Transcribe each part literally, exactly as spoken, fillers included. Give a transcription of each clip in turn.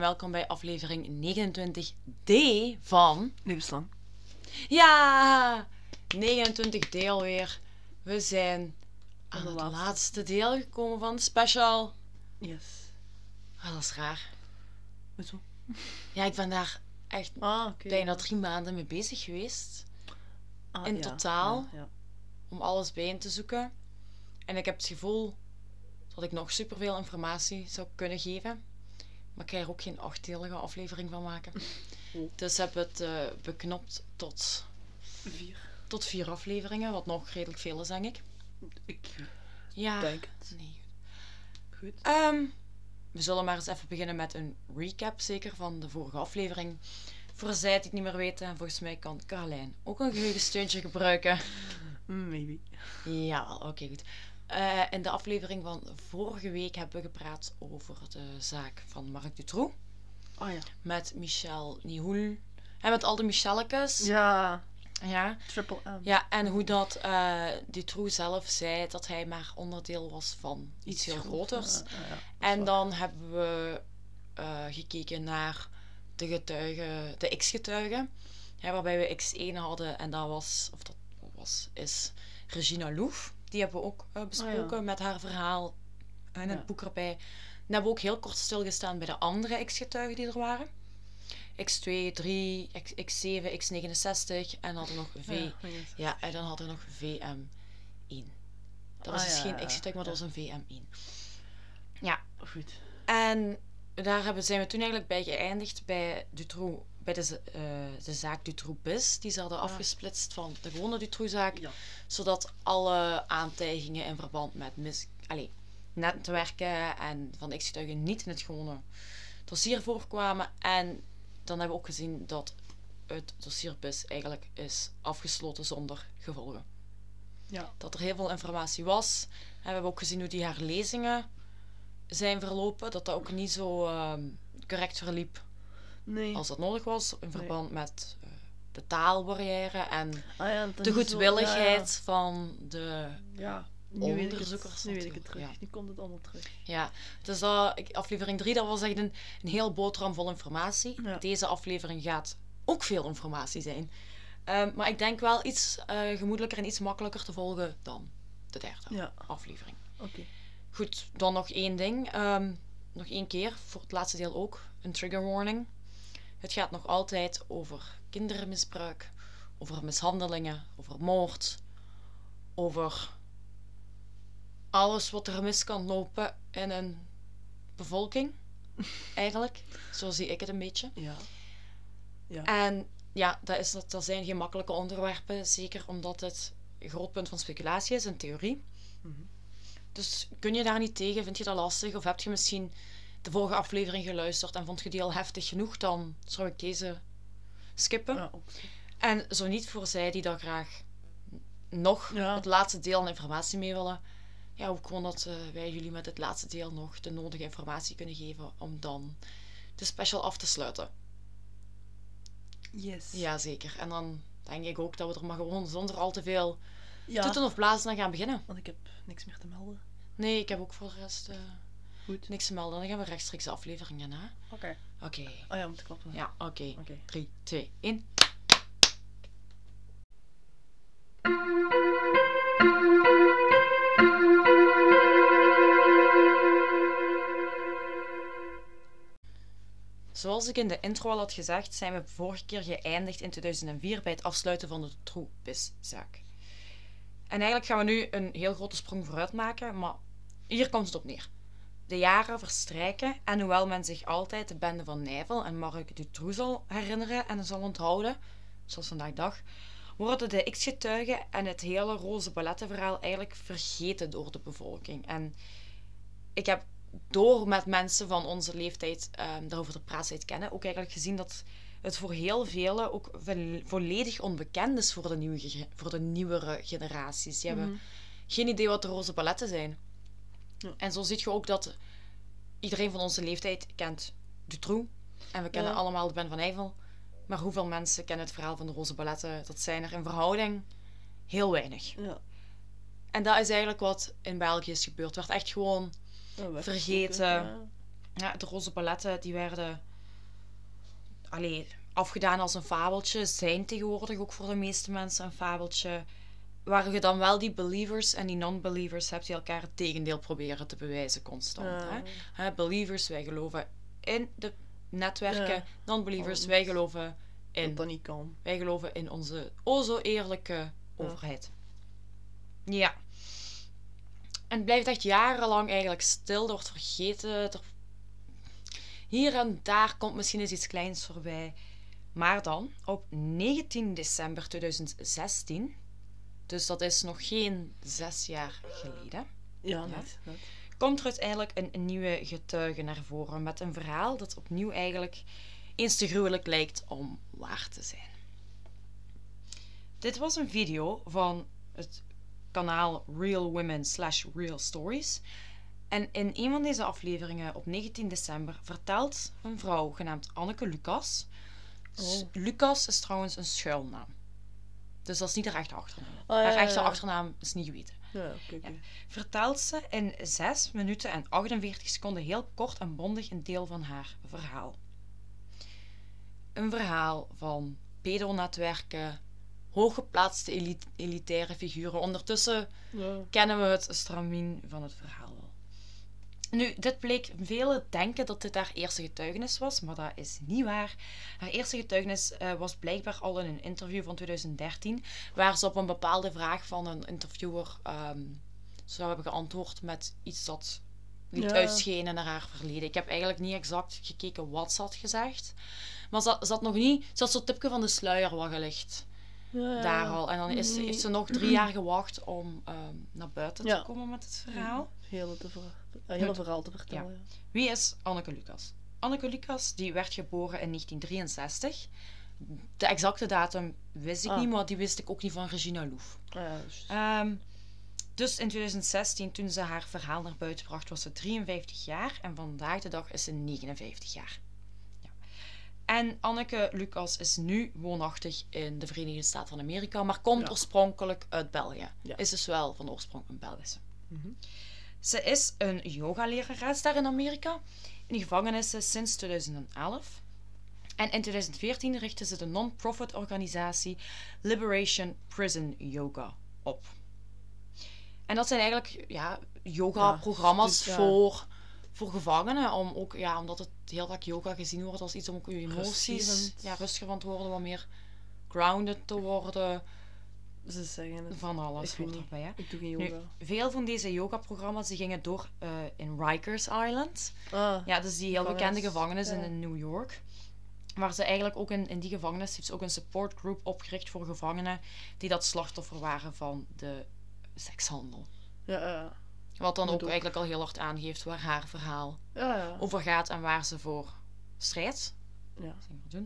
welkom bij aflevering negenentwintig D van... Levenslang. Ja! negenentwintig D alweer. We zijn aan de het laatste. laatste deel gekomen van de special. Yes. Ah, dat is raar. Hoezo? Ja, ik ben daar echt Ah, oké. bijna drie maanden mee bezig geweest. Ah, in ja, totaal. Ja, ja. Om alles bijeen te zoeken. En ik heb het gevoel dat ik nog superveel informatie zou kunnen geven. Maar ik ga er ook geen achtdelige aflevering van maken. Oh. Dus heb het uh, beknopt tot, Vier. tot vier afleveringen. Wat nog redelijk veel is, denk ik. Ik Ja. denk het. Nee. Goed. Um, we zullen maar eens even beginnen met een recap, zeker, van de vorige aflevering. Voor zij die het niet meer weten, volgens mij kan Carlijn ook een geheugensteuntje gebruiken. Maybe. Ja, oké, okay, goed. Uh, in de aflevering van vorige week hebben we gepraat over de zaak van Marc Dutroux. Ah ja. Met Michel Nihoul. En met al de Michelekes. Ja. Ja. Triple M. Ja, en hoe dat uh, Dutroux zelf zei dat hij maar onderdeel was van iets, iets heel groters. Ja, ja, ja. En dan hebben we uh, gekeken naar de getuigen, de X-getuigen. Ja, waarbij we X één hadden en dat was, of dat was, is Regina Louf. Die hebben we ook uh, besproken oh ja. met haar verhaal en het ja. boek erbij. Dan hebben we ook heel kort stilgestaan bij de andere X-getuigen die er waren. X twee, drie, X zeven, X negenenzestig en dan hadden we nog V. Ja, ja, en dan hadden we nog V M één. Dat was ah, dus ja, geen X-getuige, maar dat ja. was een V M één. Ja. Goed. En daar hebben, zijn we toen eigenlijk bij geëindigd bij Dutroux, bij de, uh, de zaak Dutroux-Bis. Die ze hadden ah. afgesplitst van de gewone Dutroux-zaak. Ja. Zodat alle aantijgingen in verband met mis, allez, netwerken en van de X-getuigen niet in het gewone dossier voorkwamen. En dan hebben we ook gezien dat het dossier Bis eigenlijk is afgesloten zonder gevolgen. Ja. Dat er heel veel informatie was. En we hebben ook gezien hoe die herlezingen zijn verlopen. Dat dat ook niet zo um, correct verliep nee. als dat nodig was. In verband nee. met uh, de taalbarrière en ah ja, de goedwilligheid zo, ja, ja. van de ja, onderzoekers. Nu weet ik het terug. Ja. Nu komt het allemaal terug. Ja, dus dat, aflevering drie, dat was echt een, een heel boterham vol informatie. Ja. Deze aflevering gaat ook veel informatie zijn. Um, maar ik denk wel iets uh, gemoedelijker en iets makkelijker te volgen dan de derde ja. aflevering. Oké. Okay. Goed, dan nog één ding. Um, nog één keer, voor het laatste deel ook, een trigger warning. Het gaat nog altijd over kindermisbruik, over mishandelingen, over moord, over alles wat er mis kan lopen in een bevolking. Eigenlijk, zo zie ik het een beetje. Ja. Ja. En ja, dat, is, dat zijn geen makkelijke onderwerpen, zeker omdat het een groot punt van speculatie is, een theorie. Mm-hmm. Dus kun je daar niet tegen? Vind je dat lastig? Of heb je misschien de vorige aflevering geluisterd en vond je die al heftig genoeg? Dan zou ik deze skippen. Ja, okay. En zo niet voor zij die daar graag nog ja. het laatste deel aan informatie mee willen. Ja, ook gewoon dat uh, wij jullie met het laatste deel nog de nodige informatie kunnen geven om dan de special af te sluiten. Yes. Ja, zeker. En dan denk ik ook dat we er maar gewoon zonder al te veel ja. toeten of blazen aan gaan beginnen. Want ik heb niks meer te melden. Nee, ik heb ook voor de rest uh, Goed. niks te melden. Dan gaan we rechtstreeks de afleveringen na. Oké. Okay. Oké. Okay. Oh ja, moet klappen. Ja, oké. Okay. Okay. drie, twee, één. Zoals ik in de intro al had gezegd, zijn we vorige keer geëindigd in tweeduizend vier bij het afsluiten van de Dutroux-Bis-zaak. En eigenlijk gaan we nu een heel grote sprong vooruit maken, maar hier komt het op neer. De jaren verstrijken en hoewel men zich altijd de bende van Nijvel en Marc Dutroux zal herinneren en zal onthouden, zoals vandaag dag, worden de X-getuigen en het hele Roze Ballettenverhaal eigenlijk vergeten door de bevolking. En ik heb door met mensen van onze leeftijd um, daarover te praten te kennen, ook eigenlijk gezien dat het voor heel velen ook volledig onbekend is voor de, nieuwe, voor de nieuwere generaties. Die mm-hmm. hebben geen idee wat de Roze Balletten zijn. Ja. En zo zie je ook dat iedereen van onze leeftijd kent Dutroux. En we kennen ja. allemaal de Ben van Nijvel. Maar hoeveel mensen kennen het verhaal van de Roze Balletten? Dat zijn er in verhouding heel weinig. Ja. En dat is eigenlijk wat in België is gebeurd. Het werd echt gewoon ja, vergeten. Ja. Ja, de Roze Balletten die werden allee, afgedaan als een fabeltje, zijn tegenwoordig ook voor de meeste mensen een fabeltje, waar je dan wel die believers en die non-believers hebt die elkaar het tegendeel proberen te bewijzen constant. Ja. Hè? Hè, believers, wij geloven in de netwerken, Ja. non-believers, Alles. wij geloven Dat in, dat niet kan. wij geloven in onze o zo eerlijke overheid. Ja. En het blijft echt jarenlang eigenlijk stil, er wordt vergeten. Er... Hier en daar komt misschien eens iets kleins voorbij. Maar dan, op negentien december tweeduizend zestien, dus dat is nog geen zes jaar geleden, Ja, net. net. komt er uiteindelijk een, een nieuwe getuige naar voren met een verhaal dat opnieuw eigenlijk eens te gruwelijk lijkt om waar te zijn. Dit was een video van het kanaal Real Women slash Real Stories. En in een van deze afleveringen op negentien december vertelt een vrouw genaamd Anneke Lucas. S- Oh. Lucas is trouwens een schuilnaam. Dus dat is niet haar echte achternaam. Oh, ja, haar ja, echte ja. achternaam is niet geweten. Ja, oké, oké. Vertelt ze in zes minuten en achtenveertig seconden heel kort en bondig een deel van haar verhaal. Een verhaal van pedonetwerken, hooggeplaatste eli- elitaire figuren. Ondertussen Ja. kennen we het stramien van het verhaal wel. Nu, dit bleek velen denken dat dit haar eerste getuigenis was, maar dat is niet waar. Haar eerste getuigenis uh, was blijkbaar al in een interview van tweeduizend dertien, waar ze op een bepaalde vraag van een interviewer um, zou hebben geantwoord met iets dat liet Ja. uitschenen naar haar verleden. Ik heb eigenlijk niet exact gekeken wat ze had gezegd, maar ze, ze had nog niet, ze had zo'n tipje van de sluier wat gelicht. Ja, ja. Daar al. En dan is, Nee. heeft ze nog drie jaar gewacht om um, naar buiten Ja. te komen met het verhaal. Hele, te ver... een hele Goed. verhaal te vertellen. Ja. Wie is Anneke Lucas? Anneke Lucas die werd geboren in negentien drieënzestig. De exacte datum wist ik Ah. niet, maar die wist ik ook niet van Regina Louf. Ah, ja, dus... Um, dus in tweeduizend zestien, toen ze haar verhaal naar buiten bracht, was ze drieënvijftig jaar. En vandaag de dag is ze negenenvijftig jaar. Ja. En Anneke Lucas is nu woonachtig in de Verenigde Staten van Amerika, maar komt Ja. oorspronkelijk uit België. Ja. Is dus wel van oorsprong een Belgische. Mhm. Ze is een yogalerares daar in Amerika, in gevangenissen sinds tweeduizend elf. En in tweeduizend veertien richtte ze de non-profit organisatie Liberation Prison Yoga op. En dat zijn eigenlijk ja, yoga-programma's Ja, dus, ja. voor, voor gevangenen, om ook, ja, omdat het heel vaak yoga gezien wordt als iets om ook je emoties Rustgevend. ja, rustiger van te worden, wat meer grounded te worden, Ze zeggen het. van alles Ik weet hoort niet. erbij. Hè? Ik doe geen Nu, yoga. veel van deze yoga-programma's die gingen door uh, in Rikers Island. Ah, Ja, dus die heel Gevangenis. bekende gevangenis Ja. in, in New York. Waar ze eigenlijk ook in, in die gevangenis heeft ze ook een supportgroep opgericht voor gevangenen die dat slachtoffer waren van de sekshandel. ja, ja. Wat dan Moet ook, ook. eigenlijk al heel hard aangeeft waar haar verhaal Ja, ja. over gaat en waar ze voor strijdt. Ja. Dat ging maar doen.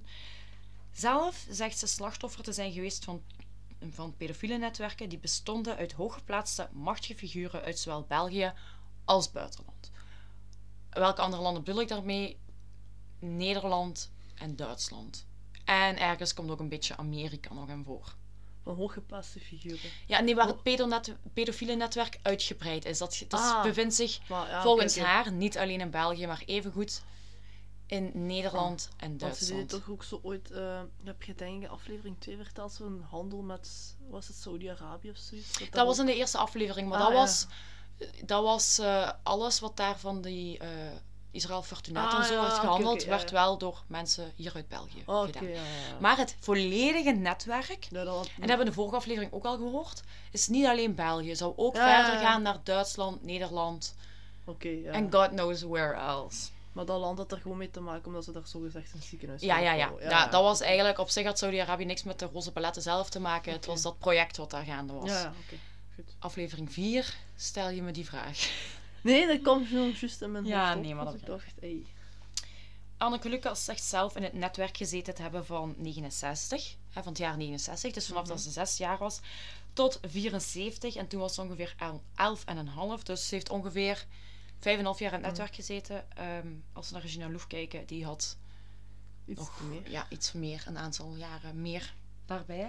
Zelf zegt ze slachtoffer te zijn geweest van, van pedofiele netwerken die bestonden uit hooggeplaatste machtige figuren uit zowel België als buitenland. Welke andere landen bedoel ik daarmee? Nederland en Duitsland. En ergens komt ook een beetje Amerika nog in voor. Van hooggeplaatste figuren. Ja, nee, waar het pedonet- pedofiele netwerk uitgebreid is. Dat, dat Ah. bevindt zich Maar, ja, volgens oké, oké. haar niet alleen in België, maar evengoed in Nederland en Want ze deden Duitsland. toch ook zo ooit, uh, heb je denk ik aflevering twee verteld, zo'n handel met, was het Saudi-Arabië of zoiets? Dat, Dat was in de eerste aflevering, maar Ah, dat ja. was, dat was uh, alles wat daar van die uh, Israël Fortunet Ah, en zo ja, werd oké, gehandeld, oké, ja, werd ja. wel door mensen hier uit België Oh, oké, gedaan. ja, ja, ja. Maar het volledige netwerk, Ja, dat had- en dat hebben we in de vorige aflevering ook al gehoord, is niet alleen België. Het zou ook Ja, ja, verder ja. gaan naar Duitsland, Nederland Oké, ja. en God knows where else. Maar dat land had er gewoon mee te maken omdat ze daar zogezegd een ziekenhuis Ja, ja, ja. hadden. ja, dat was eigenlijk, op zich had Saudi-Arabië niks met de roze paletten zelf te maken. Het Oké. was dat project wat daar gaande was. Ja, ja, oké. Goed. Aflevering vier, stel je me die vraag. Nee, dat komt nog juist in mijn Ja, hoofd op, nee, maar dus dat ik dacht, hey. Anneke Lucas zegt zelf in het netwerk gezeten te hebben van negenenzestig, hè, van het jaar negenenzestig, dus vanaf Mhm. dat ze zes jaar was, tot vierenzeventig. En toen was ze ongeveer el- elf en een half. Dus ze heeft ongeveer vijf en een half jaar in het Mhm. netwerk gezeten. Um, als we naar Regina Louf kijken, die had Iets nog meer. Ja, iets meer, een aantal jaren meer daarbij.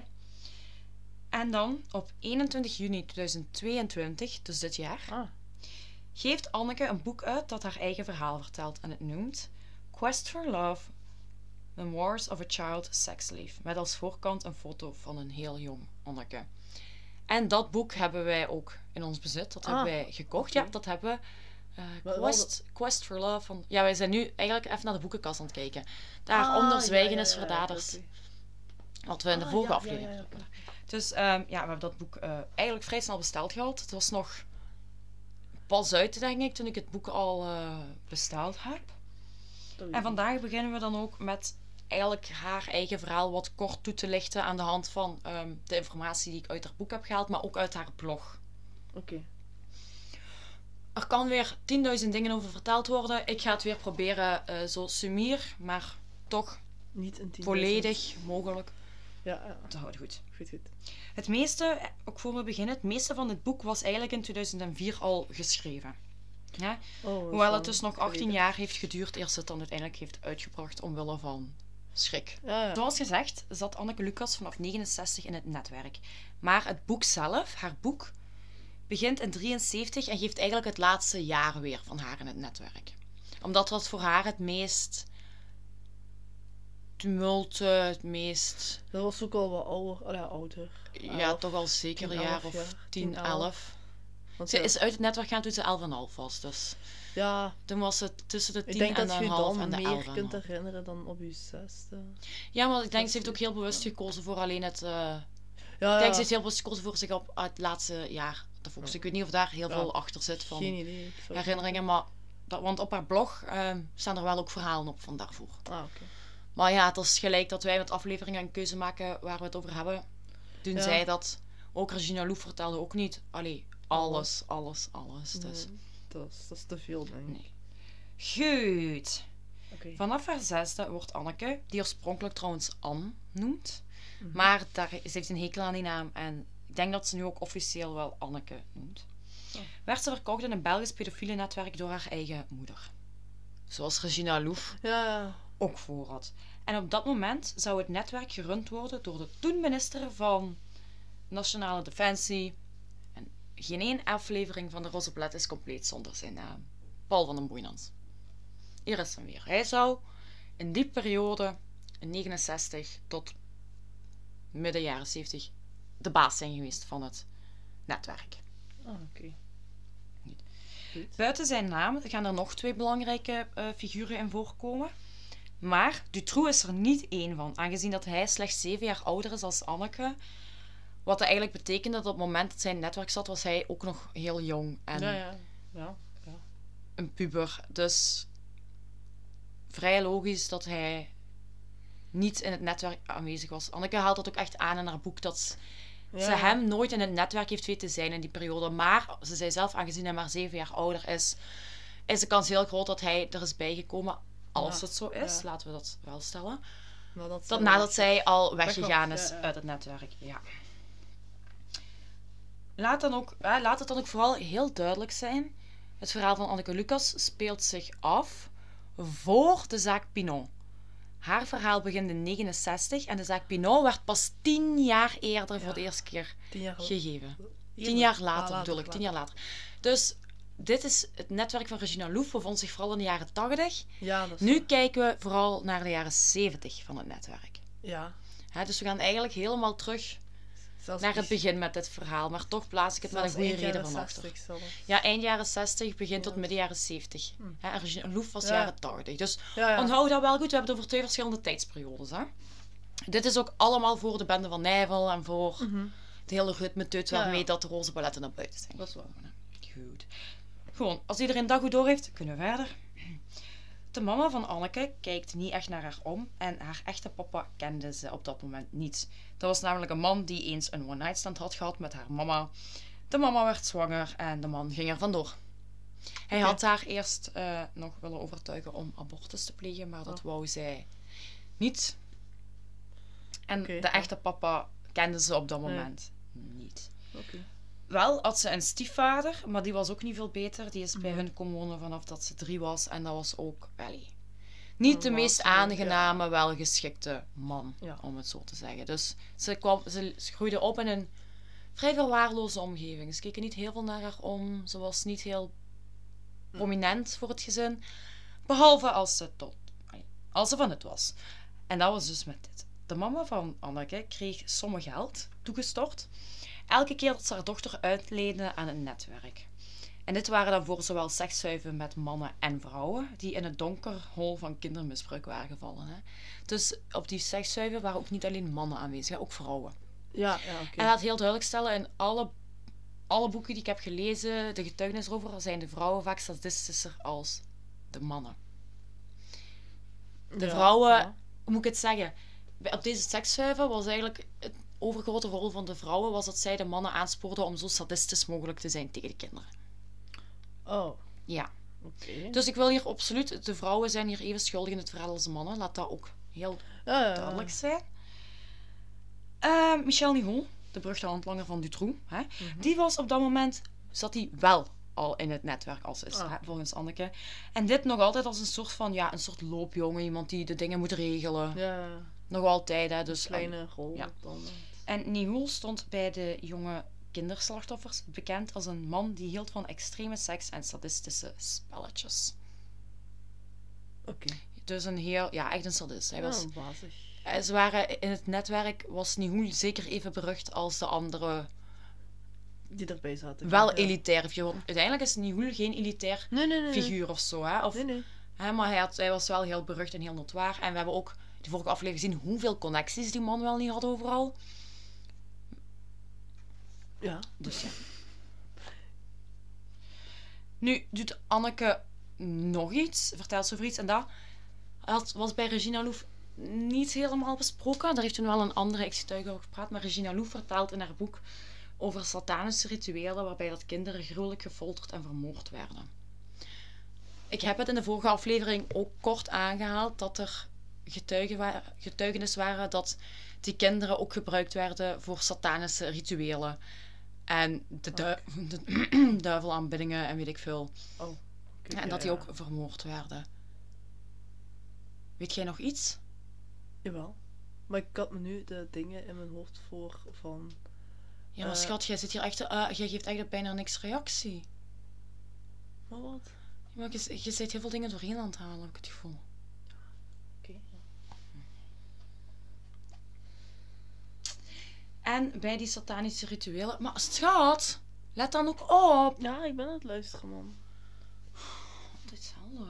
En dan op eenentwintig juni tweeduizend tweeëntwintig, dus dit jaar, Ah, geeft Anneke een boek uit dat haar eigen verhaal vertelt en het noemt Quest for Love, Memoirs of a Child Sex Slave. Met als voorkant een foto van een heel jong Anneke. En dat boek hebben wij ook in ons bezit. Dat ah, hebben wij gekocht. Okay. Ja, dat hebben we. Uh, Quest, Quest for Love. Van, ja, wij zijn nu eigenlijk even naar de boekenkast aan het kijken. Daar, ah, onder Zwijgenis ja, ja, ja, Verdaders. Ja, okay. Wat we in de ah, vorige ja, aflevering ja, ja, ja. Dus um, ja, we hebben dat boek uh, eigenlijk vrij snel besteld gehad. Het was nog pas uit, denk ik, toen ik het boek al uh, besteld heb. En vandaag beginnen we dan ook met eigenlijk haar eigen verhaal wat kort toe te lichten aan de hand van um, de informatie die ik uit haar boek heb gehaald, maar ook uit haar blog. Oké. Okay. Er kan weer tienduizend dingen over verteld worden. Ik ga het weer proberen uh, zo sumier, maar toch niet in volledig mogelijk ja, ja. te houden. Goed. Goed, goed. Het meeste, ook voor we beginnen, het meeste van het boek was eigenlijk in tweeduizend vier al geschreven. Ja? Oh, hoewel het dus nog achttien jaar heeft geduurd eer ze het dan uiteindelijk heeft uitgebracht omwille van schrik. Ja, ja. Zoals gezegd zat Anneke Lucas vanaf negenenzestig in het netwerk. Maar het boek zelf, haar boek, begint in drieënzeventig en geeft eigenlijk het laatste jaar weer van haar in het netwerk. Omdat dat voor haar het meest tumult, het meest... Dat was ook al wat ouder. Allee, ouder. Ja, elf, toch al zeker een jaar of tien, elf. Want ze ja. is uit het netwerk gaan toen ze elf en half was, dus... Ja. Toen was het tussen de tien en een half en de elf. Ik denk dat je dan meer kunt herinneren dan op je zesde. Ja, maar ik denk, ze heeft ook heel bewust gekozen voor alleen het... Uh... Ja, ja. Ik denk, ze heeft heel bewust gekozen voor zich op het laatste jaar te focussen. Ja. Ik weet niet of daar heel ja. veel achter zit van Geen idee. herinneringen, maar... Dat, want op haar blog uh, staan er wel ook verhalen op van daarvoor. Ah, oké. Okay. Maar ja, het is gelijk dat wij met afleveringen een keuze maken waar we het over hebben. Toen ja. zij dat... Ook Regina Louf vertelde ook niet. Allee, alles, alles, alles. Dus... Nee, dat, is, dat is te veel, denk ik. Nee. Goed. Okay. Vanaf haar zesde wordt Anneke, die oorspronkelijk trouwens Anne noemt. Mm-hmm. Maar daar, ze heeft een hekel aan die naam. En ik denk dat ze nu ook officieel wel Anneke noemt. Oh. Werd ze verkocht in een Belgisch pedofiele netwerk door haar eigen moeder. Zoals Regina Louf ja. ook voor had. En op dat moment zou het netwerk gerund worden door de toen minister van Nationale Defensie. En geen één aflevering van de Roze Blad is compleet zonder zijn naam. Paul van den Boeinans. Hier is hem weer. Hij zou in die periode, in negenenzestig tot midden jaren zeventig, de baas zijn geweest van het netwerk. Ah, oké. Okay. Buiten zijn naam gaan er nog twee belangrijke uh, figuren in voorkomen. Maar Dutroux is er niet één van, aangezien dat hij slechts zeven jaar ouder is als Anneke. Wat dat eigenlijk betekende dat op het moment dat zij in het netwerk zat, was hij ook nog heel jong. En ja, ja. Ja, ja. een puber. Dus vrij logisch dat hij niet in het netwerk aanwezig was. Anneke haalt dat ook echt aan in haar boek, dat ja. ze hem nooit in het netwerk heeft weten zijn in die periode. Maar ze zei zelf, aangezien hij maar zeven jaar ouder is, is de kans heel groot dat hij er is bijgekomen. Als ja. het zo is, ja. laten we dat wel stellen. Nadat, dat nadat zij al weggegaan is ja, ja. uit het netwerk. Ja. Laat, dan ook, eh, laat het dan ook vooral heel duidelijk zijn. Het verhaal van Anneke Lucas speelt zich af voor de zaak Pinon. Haar verhaal begint in negenenzestig en de zaak Pinon werd pas tien jaar eerder ja. voor de eerste keer jaar gegeven. Tien jaar later, bedoel ik. Tien jaar later. Dus dit is het netwerk van Regina Louf, bevond zich vooral in de jaren tachtig. Ja, dat is nu waar. kijken we vooral naar de jaren zeventig van het netwerk. Ja. He, dus we gaan eigenlijk helemaal terug zelfs naar het begin met dit verhaal. Maar toch plaats ik het met een goede reden van achter. Ja, eind jaren zestig, begin ja. tot midden jaren zeventig. Hm. He, en Regina Louf was ja. jaren tachtig. Dus ja, ja. onthoud dat wel goed. We hebben het over twee verschillende tijdsperiodes. Hè. Dit is ook allemaal voor de bende van Nijvel en voor mm-hmm. de hele ritmeteut waarmee ja, ja. dat de roze balletten naar buiten zijn. Dat is waar. Goed. Gewoon, als iedereen dat goed door heeft, kunnen we verder. De mama van Anneke kijkt niet echt naar haar om en haar echte papa kende ze op dat moment niet. Dat was namelijk een man die eens een one-night stand had gehad met haar mama. De mama werd zwanger en de man ging er vandoor. Hij okay. had haar eerst uh, nog willen overtuigen om abortus te plegen, maar dat oh. wou zij niet. En okay, de echte papa kende ze op dat moment nee. niet. Okay. Wel had ze een stiefvader, maar die was ook niet veel beter. Die is bij mm. hun komen wonen vanaf dat ze drie was. En dat was ook allee, niet de meest aangename, ja. welgeschikte man, ja. om het zo te zeggen. Dus ze, kwam, ze groeide op in een vrij verwaarloze omgeving. Ze keken niet heel veel naar haar om. Ze was niet heel prominent voor het gezin. Behalve als ze, tot, als ze van het was. En dat was dus met dit. De mama van Anneke kreeg sommen geld toegestort. Elke keer dat ze haar dochter uitleende aan een netwerk. En dit waren dan voor zowel sekszuiven met mannen en vrouwen die in het donker hol van kindermisbruik waren gevallen. Hè. Dus op die sekszuiven waren ook niet alleen mannen aanwezig, ook vrouwen. Ja, ja, oké. En laat heel duidelijk stellen, in alle, alle boeken die ik heb gelezen, de getuigenissen erover, zijn de vrouwen vaak sadistischer als de mannen. De Ja, vrouwen, ja. hoe moet ik het zeggen? Bij- Op deze sekszuiven was eigenlijk het overgrote rol van de vrouwen was dat zij de mannen aanspoorden om zo sadistisch mogelijk te zijn tegen de kinderen. Oh, Ja. oké. Dus ik wil hier absoluut, de vrouwen zijn hier even schuldig in het verhaal als de mannen. Laat dat ook heel Ja, ja, ja. duidelijk zijn. Uh, Michel Nigon, de beruchte handlanger van Dutroux, hè, Mhm. die was op dat moment, zat hij wel al in het netwerk als is, Ah. hè, volgens Anneke. En dit nog altijd als een soort van, ja, een soort loopjongen, iemand die de dingen moet regelen. Ja, ja. Nog altijd, hè. Dus, Kleine rol ja. op dat moment. En Nigon stond bij de jonge kinderslachtoffers bekend als een man die hield van extreme seks en sadistische spelletjes. Oké. Dus een heel, ja, echt een sadist. Hij was, Ja, bazig. eh, ze waren in het netwerk, was Nihoul zeker even berucht als de andere, Die erbij zaten. wel Ja. elitair figuur. Want uiteindelijk is Nihoul geen elitair Nee, nee, nee. nee. figuur of zo, hè. Of, Nee, nee. hè, maar hij, had, hij was wel heel berucht en heel notoir. En we hebben ook de vorige aflevering gezien hoeveel connecties die man wel niet had overal. Ja. Dus ja. Nu doet Anneke nog iets, vertelt ze over iets. En dat had, was bij Regina Louf niet helemaal besproken. Daar heeft toen wel een andere ex-getuige over gepraat. Maar Regina Louf vertelt in haar boek over satanische rituelen waarbij dat kinderen gruwelijk gefolterd en vermoord werden. Ik heb het in de vorige aflevering ook kort aangehaald dat er getuigen wa- getuigenis waren dat die kinderen ook gebruikt werden voor satanische rituelen. En de, du- de duivelaanbiddingen en weet ik veel. Oh. oké, Ja, en ja, dat die ja. ook vermoord werden. Weet jij nog iets? Jawel. Maar ik had me nu de dingen in mijn hoofd voor van... Ja, maar Eh. schat, jij zit hier echt... Uh, jij geeft echt bijna niks reactie. Maar wat? Maar je, je zit heel veel dingen doorheen aan het halen, heb ik het gevoel. Oké. En bij die satanische rituelen... Maar schat, let dan ook op. Ja, ik ben aan het luisteren, man. Altijd hetzelfde.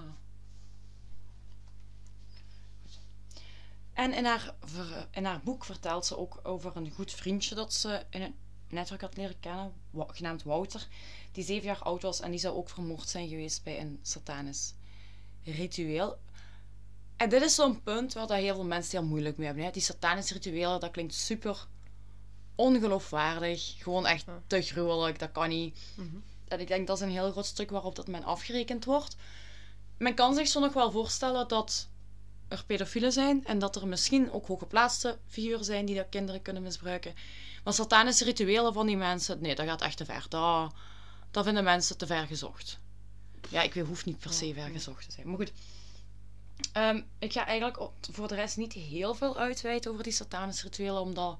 En in haar, ver- in haar boek vertelt ze ook over een goed vriendje dat ze in het netwerk had leren kennen, wa- genaamd Wouter, die zeven jaar oud was en die zou ook vermoord zijn geweest bij een satanisch ritueel. En dit is zo'n punt waar dat heel veel mensen heel moeilijk mee hebben. Hè? Die satanische rituelen, dat klinkt super ongeloofwaardig. Gewoon echt Ja. te gruwelijk, dat kan niet. Mhm. En ik denk dat is een heel groot stuk waarop dat men afgerekend wordt. Men kan zich zo nog wel voorstellen dat er pedofielen zijn en dat er misschien ook hooggeplaatste figuren zijn die dat kinderen kunnen misbruiken. Maar satanische rituelen van die mensen, nee, dat gaat echt te ver. Dat, dat vinden mensen te ver gezocht. Ja, ik weet, hoeft niet per se ver gezocht te zijn. Maar goed, Ehm, ik ga eigenlijk op- voor de rest niet heel veel uitweiden over die satanische rituelen, omdat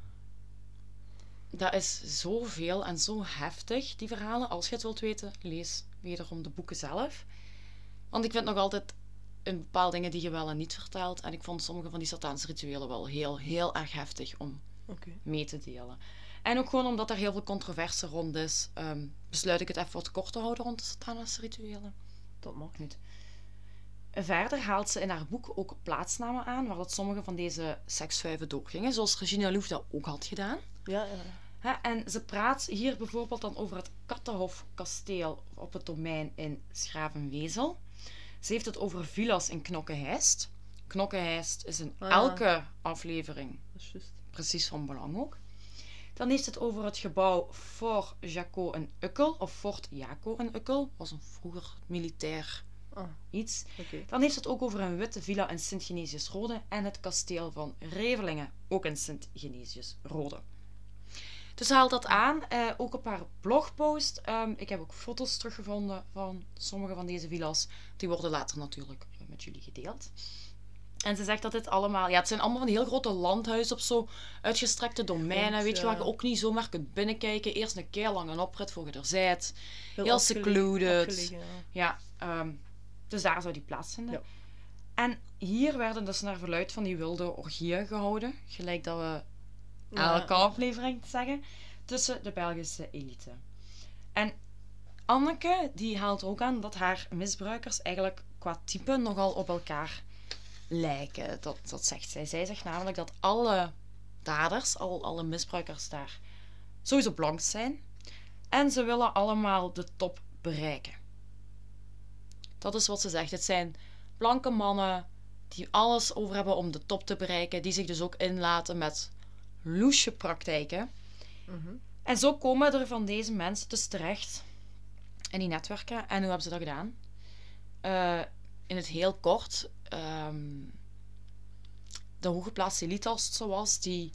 dat is zoveel en zo heftig, die verhalen. Als je het wilt weten, lees wederom de boeken zelf. Want ik vind nog altijd een bepaalde dingen die je wel en niet vertelt. En ik vond sommige van die satanische rituelen wel heel, heel erg heftig om Oké. mee te delen. En ook gewoon omdat er heel veel controverse rond is, ehm, besluit ik het even wat kort te houden rond de satanische rituelen. Dat mag. Goed. Verder haalt ze in haar boek ook plaatsnamen aan waar dat sommige van deze seksvuiven doorgingen, zoals Regina Louf dat ook had gedaan. Ja, ja. Hè, en ze praat hier bijvoorbeeld dan over het Kattenhof-kasteel op het domein in Schravenwezel. Ze heeft het over villa's in Knokke-Heist. Knokke-Heist is in Ah. elke aflevering Dat is juist. precies van belang ook. Dan heeft het over het gebouw Fort Jaco en Ukkel, of Fort Jaco en Ukkel. Was een vroeger militair Ah, iets. oké. Dan heeft het ook over een witte villa in Sint-Genesius-Rode en het kasteel van Revelingen, ook in Sint-Genesius-Rode. Dus ze haalt dat aan, eh, ook op haar blogpost. Ehm, ik heb ook foto's teruggevonden van sommige van deze villa's. Die worden later natuurlijk met jullie gedeeld. En ze zegt dat dit allemaal... Ja, het zijn allemaal van die heel grote landhuizen op zo uitgestrekte domeinen. Grond, weet je, ja. waar je ook niet zomaar kunt binnenkijken. Eerst een keer lang een oprit voor je er zijt. Heel afgelegen- secluded. afgelegen, ja. Ja, ehm, dus daar zou die plaatsvinden. Ja. En hier werden dus naar verluid van die wilde orgieën gehouden, gelijk dat we Ja. elke aflevering zeggen, tussen de Belgische elite. En Anneke die haalt ook aan dat haar misbruikers eigenlijk qua type nogal op elkaar lijken. Dat, dat zegt zij. Zij zegt namelijk dat alle daders, al, alle misbruikers daar sowieso blank zijn. En ze willen allemaal de top bereiken. Dat is wat ze zegt. Het zijn blanke mannen die alles over hebben om de top te bereiken. Die zich dus ook inlaten met loesje praktijken. Mhm. En zo komen er van deze mensen dus terecht in die netwerken. En hoe hebben ze dat gedaan? Uh, in het heel kort. Um, de hooggeplaatste elite, als het zo was, die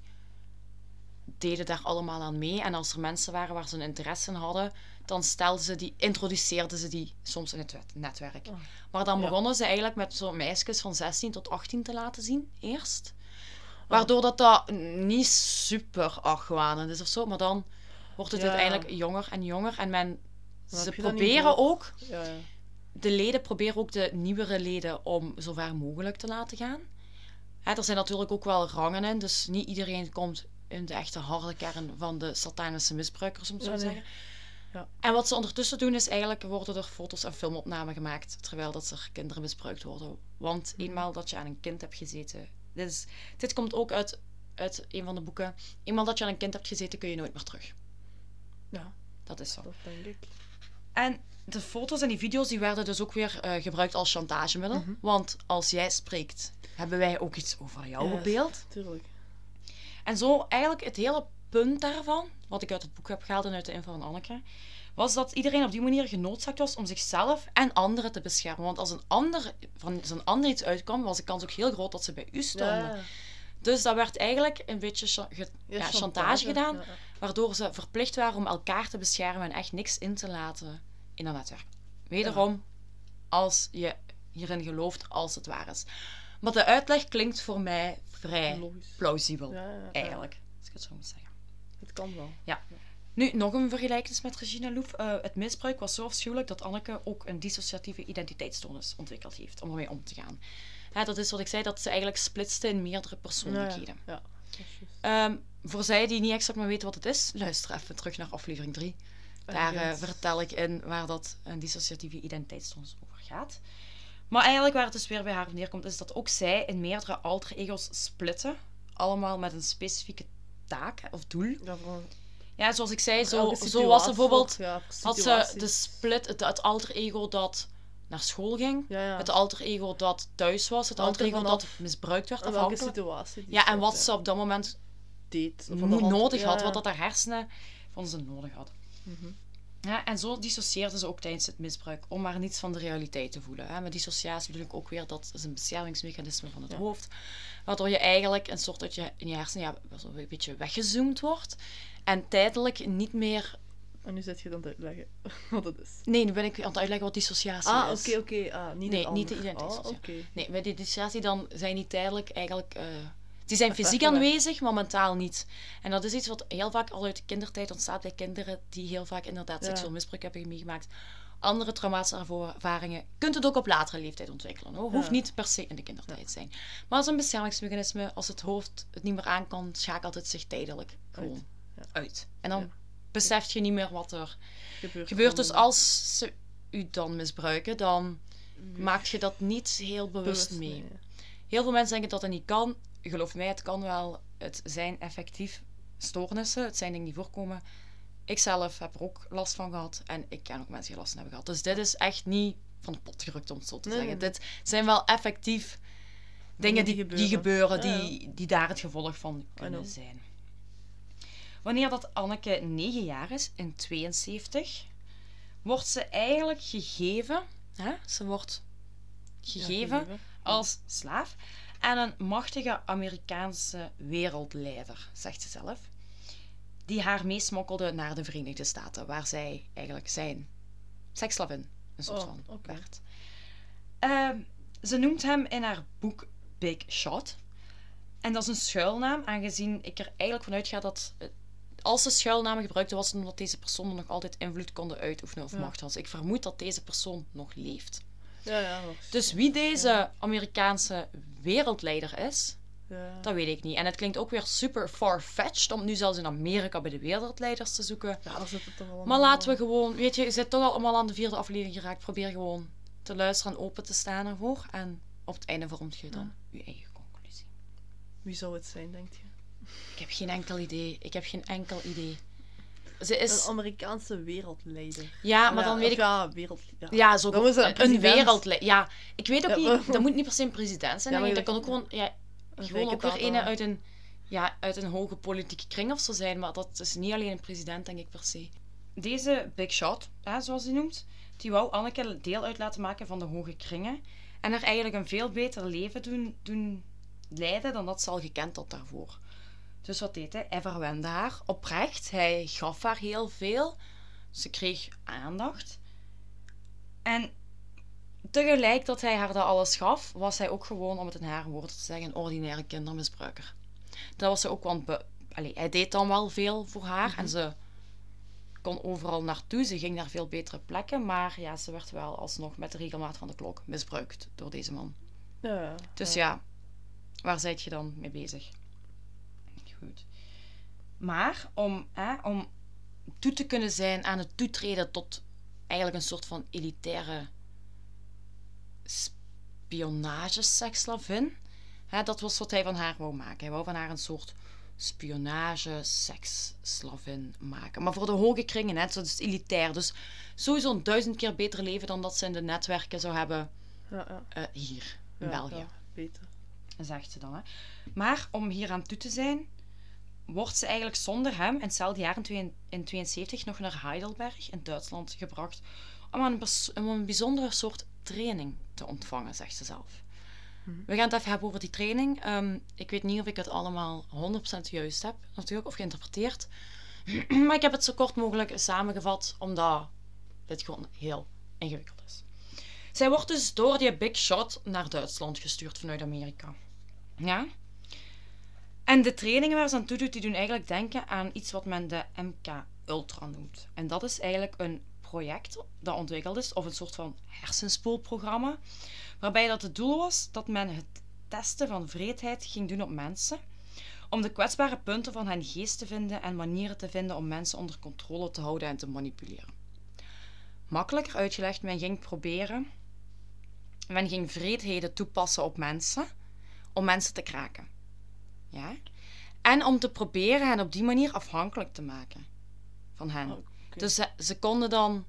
deden daar allemaal aan mee. En als er mensen waren waar ze een interesse in hadden, dan stelden ze die, introduceerden ze die soms in het netwerk. Oh. Maar dan begonnen ja. ze eigenlijk met zo'n meisjes van zestien tot achttien te laten zien, eerst. Waardoor dat, dat niet super argwanend is of zo, maar dan wordt het ja. uiteindelijk jonger en jonger. En men, ze proberen ook, ja, ja. de leden proberen ook de nieuwere leden om zo ver mogelijk te laten gaan. Hè, er zijn natuurlijk ook wel rangen in, dus niet iedereen komt in de echte harde kern van de satanische misbruikers, om het zo te ja, nee. zeggen. Ja. En wat ze ondertussen doen is eigenlijk, worden er foto's en filmopnamen gemaakt, terwijl dat er kinderen misbruikt worden. Want mm. eenmaal dat je aan een kind hebt gezeten... Dit, is, dit komt ook uit, uit een van de boeken. Eenmaal dat je aan een kind hebt gezeten, kun je nooit meer terug. Ja. Dat is zo. Dat denk ik. En de foto's en die video's die werden dus ook weer uh, gebruikt als chantagemiddel. Mm-hmm. Want als jij spreekt, hebben wij ook iets over jou yes, op beeld. Tuurlijk. En zo eigenlijk het hele punt daarvan, wat ik uit het boek heb gehaald en uit de info van Anneke, was dat iedereen op die manier genoodzaakt was om zichzelf en anderen te beschermen. Want als een ander, van zo'n ander iets uitkwam, was de kans ook heel groot dat ze bij u stonden. Ja. Dus dat werd eigenlijk een beetje cha- ge- ja, ja, chantage gedaan, ja. waardoor ze verplicht waren om elkaar te beschermen en echt niks in te laten in dat netwerk. Wederom, ja. als je hierin gelooft, als het waar is. Maar de uitleg klinkt voor mij vrij Logisch. plausibel, ja, ja, ja. eigenlijk. Als ik het zo moet zeggen. Het kan wel. Ja. Nu, nog een vergelijking met Regina Louf. Uh, het misbruik was zo afschuwelijk dat Anneke ook een dissociatieve identiteitsstoornis ontwikkeld heeft om ermee om te gaan. Ja, dat is wat ik zei, dat ze eigenlijk splitste in meerdere persoonlijkheden. Ja, ja. Um, voor zij die niet exact maar weten wat het is, luister even terug naar aflevering drie. Daar uh, vertel ik in waar dat een dissociatieve identiteitsstoornis over gaat. Maar eigenlijk waar het dus weer bij haar neerkomt, is dat ook zij in meerdere alter ego's splitten. Allemaal met een specifieke taak of doel. Ja, voor... ja zoals ik zei, zo, zo was er bijvoorbeeld... Ja, had ze de split, het, het alter ego dat naar school ging. Ja, ja. Het alter ego dat thuis was. Het alter ego dat misbruikt werd. Welke situatie. Ja, en wat ja. ze op dat moment deed. Mo- nodig ja, had. Ja. Wat dat haar hersenen van ze nodig hadden. Mm-hmm. Ja, en zo dissocieerde ze ook tijdens het misbruik, om maar niets van de realiteit te voelen. Hè. Met dissociatie bedoel ik ook weer, dat is een beschermingsmechanisme van het ja. hoofd, waardoor je eigenlijk een soort uit je, in je hersenen ja, een beetje weggezoomd wordt en tijdelijk niet meer... En nu zit je dan te uitleggen wat het is. Nee, nu ben ik aan het uitleggen wat dissociatie ah, is. Ah, oké, oké. Ah, niet nee, niet de identiteit. Oh, okay. Nee, bij de dissociatie dan zijn die tijdelijk eigenlijk... Uh, die zijn fysiek aanwezig, maar mentaal niet. En dat is iets wat heel vaak al uit de kindertijd ontstaat bij kinderen die heel vaak inderdaad ja. seksueel misbruik hebben meegemaakt. Andere traumatische ervaringen. Kunt het ook op latere leeftijd ontwikkelen. Hoor. Hoeft ja. niet per se in de kindertijd te zijn. Maar als een beschermingsmechanisme, als het hoofd het niet meer aan kan, schakelt het zich tijdelijk gewoon uit. Ja. uit. En dan ja. beseft je niet meer wat er gebeurt. gebeurt. Dus als ze u dan misbruiken, dan ja. maak je dat niet heel bewust, bewust mee. Nee, ja. Heel veel mensen denken dat dat niet kan. Geloof mij, het kan wel. Het zijn effectief stoornissen. Het zijn dingen die voorkomen. Ik zelf heb er ook last van gehad. En ik ken ook mensen die last van hebben gehad. Dus dit is echt niet van de pot gerukt, om het zo te nee, zeggen. Nee. Dit zijn wel effectief dingen die, die gebeuren, die, gebeuren, ja, ja. die, die daar het gevolg van kunnen zijn. Wanneer dat Anneke negen jaar is, in tweeënzeventig, wordt ze eigenlijk gegeven... Hè? Ze wordt gegeven, ja, gegeven. als slaaf... en een machtige Amerikaanse wereldleider, zegt ze zelf, die haar meesmokkelde naar de Verenigde Staten, waar zij eigenlijk zijn seksslavin, een soort oh, van, okay. werd. Uh, ze noemt hem in haar boek Big Shot. En dat is een schuilnaam, aangezien ik er eigenlijk vanuit ga dat, als ze schuilnamen gebruikte, was het omdat deze persoon nog altijd invloed konden uitoefenen of ja. macht had. Ik vermoed dat deze persoon nog leeft. Ja, ja, nog Dus wie deze Amerikaanse wereldleider is, ja. dat weet ik niet. En het klinkt ook weer super far-fetched om nu zelfs in Amerika bij de wereldleiders te zoeken. Ja, daar zit het toch allemaal. Maar laten we gewoon, weet je, je zit toch al allemaal aan de vierde aflevering geraakt. Probeer gewoon te luisteren en open te staan ervoor. En op het einde vormt je dan ja. je eigen conclusie. Wie zou het zijn, denk je? Ik heb geen enkel idee. Ik heb geen enkel idee. Ze is... Een Amerikaanse wereldleider. Ja, maar ja, dan weet ik... Ja, wereld... Ja, ja zo dan een, een wereldleider. Ja, ik weet ook ja, niet... maar... Dat moet niet per se een president zijn. Ja, Dat, dat kan ook gewoon... Ja, gewoon ook weer een uit een... Ja, uit een hoge politieke kring of zo zijn. Maar dat is niet alleen een president, denk ik, per se. Deze Big Shot, hè, zoals hij noemt, die wou Anneke deel uit laten maken van de hoge kringen. En haar eigenlijk een veel beter leven doen, doen leiden dan dat ze al gekend had daarvoor. Dus wat deed hij? Hij verwende haar oprecht. Hij gaf haar heel veel. Ze kreeg aandacht. En tegelijk dat hij haar dat alles gaf, was hij ook gewoon, om het in haar woorden te zeggen, een ordinaire kindermisbruiker. Dat was ze ook, want be- Allee, hij deed dan wel veel voor haar. Mm-hmm. En ze kon overal naartoe. Ze ging naar veel betere plekken. Maar ja, ze werd wel alsnog met de regelmaat van de klok misbruikt door deze man. Ja, dus ja, ja, waar zijt je dan mee bezig? Goed. Maar om, hè, om toe te kunnen zijn aan het toetreden tot eigenlijk een soort van elitaire spionage-seksslavin, hè, dat was wat hij van haar wou maken. Hij wou van haar een soort spionage-seksslavin maken. Maar voor de hoge kringen, hè, dat is elitair. Dus sowieso een duizend keer beter leven dan dat ze in de netwerken zou hebben ja, ja. Uh, hier in ja, België. Ja, beter. Zegt ze dan. Hè. Maar om hier aan toe te zijn, wordt ze eigenlijk zonder hem in hetzelfde jaar in negentien tweeënzeventig nog naar Heidelberg in Duitsland gebracht om een, bes- om een bijzondere soort training te ontvangen, zegt ze zelf. Mm-hmm. We gaan het even hebben over die training. Um, ik weet niet of ik het allemaal honderd procent juist heb, natuurlijk, of geïnterpreteerd. Maar ik heb het zo kort mogelijk samengevat, omdat dit gewoon heel ingewikkeld is. Zij wordt dus door die Big Shot naar Duitsland gestuurd vanuit Amerika. Ja? En de trainingen waar ze aan toe doet, die doen eigenlijk denken aan iets wat men de M K Ultra noemt. En dat is eigenlijk een project dat ontwikkeld is, of een soort van hersenspoelprogramma, waarbij dat het doel was dat men het testen van wreedheid ging doen op mensen, om de kwetsbare punten van hun geest te vinden en manieren te vinden om mensen onder controle te houden en te manipuleren. Makkelijker uitgelegd, men ging proberen, men ging wreedheden toepassen op mensen, om mensen te kraken. Ja? En om te proberen hen op die manier afhankelijk te maken van hen. Oh, okay. Dus ze, ze konden dan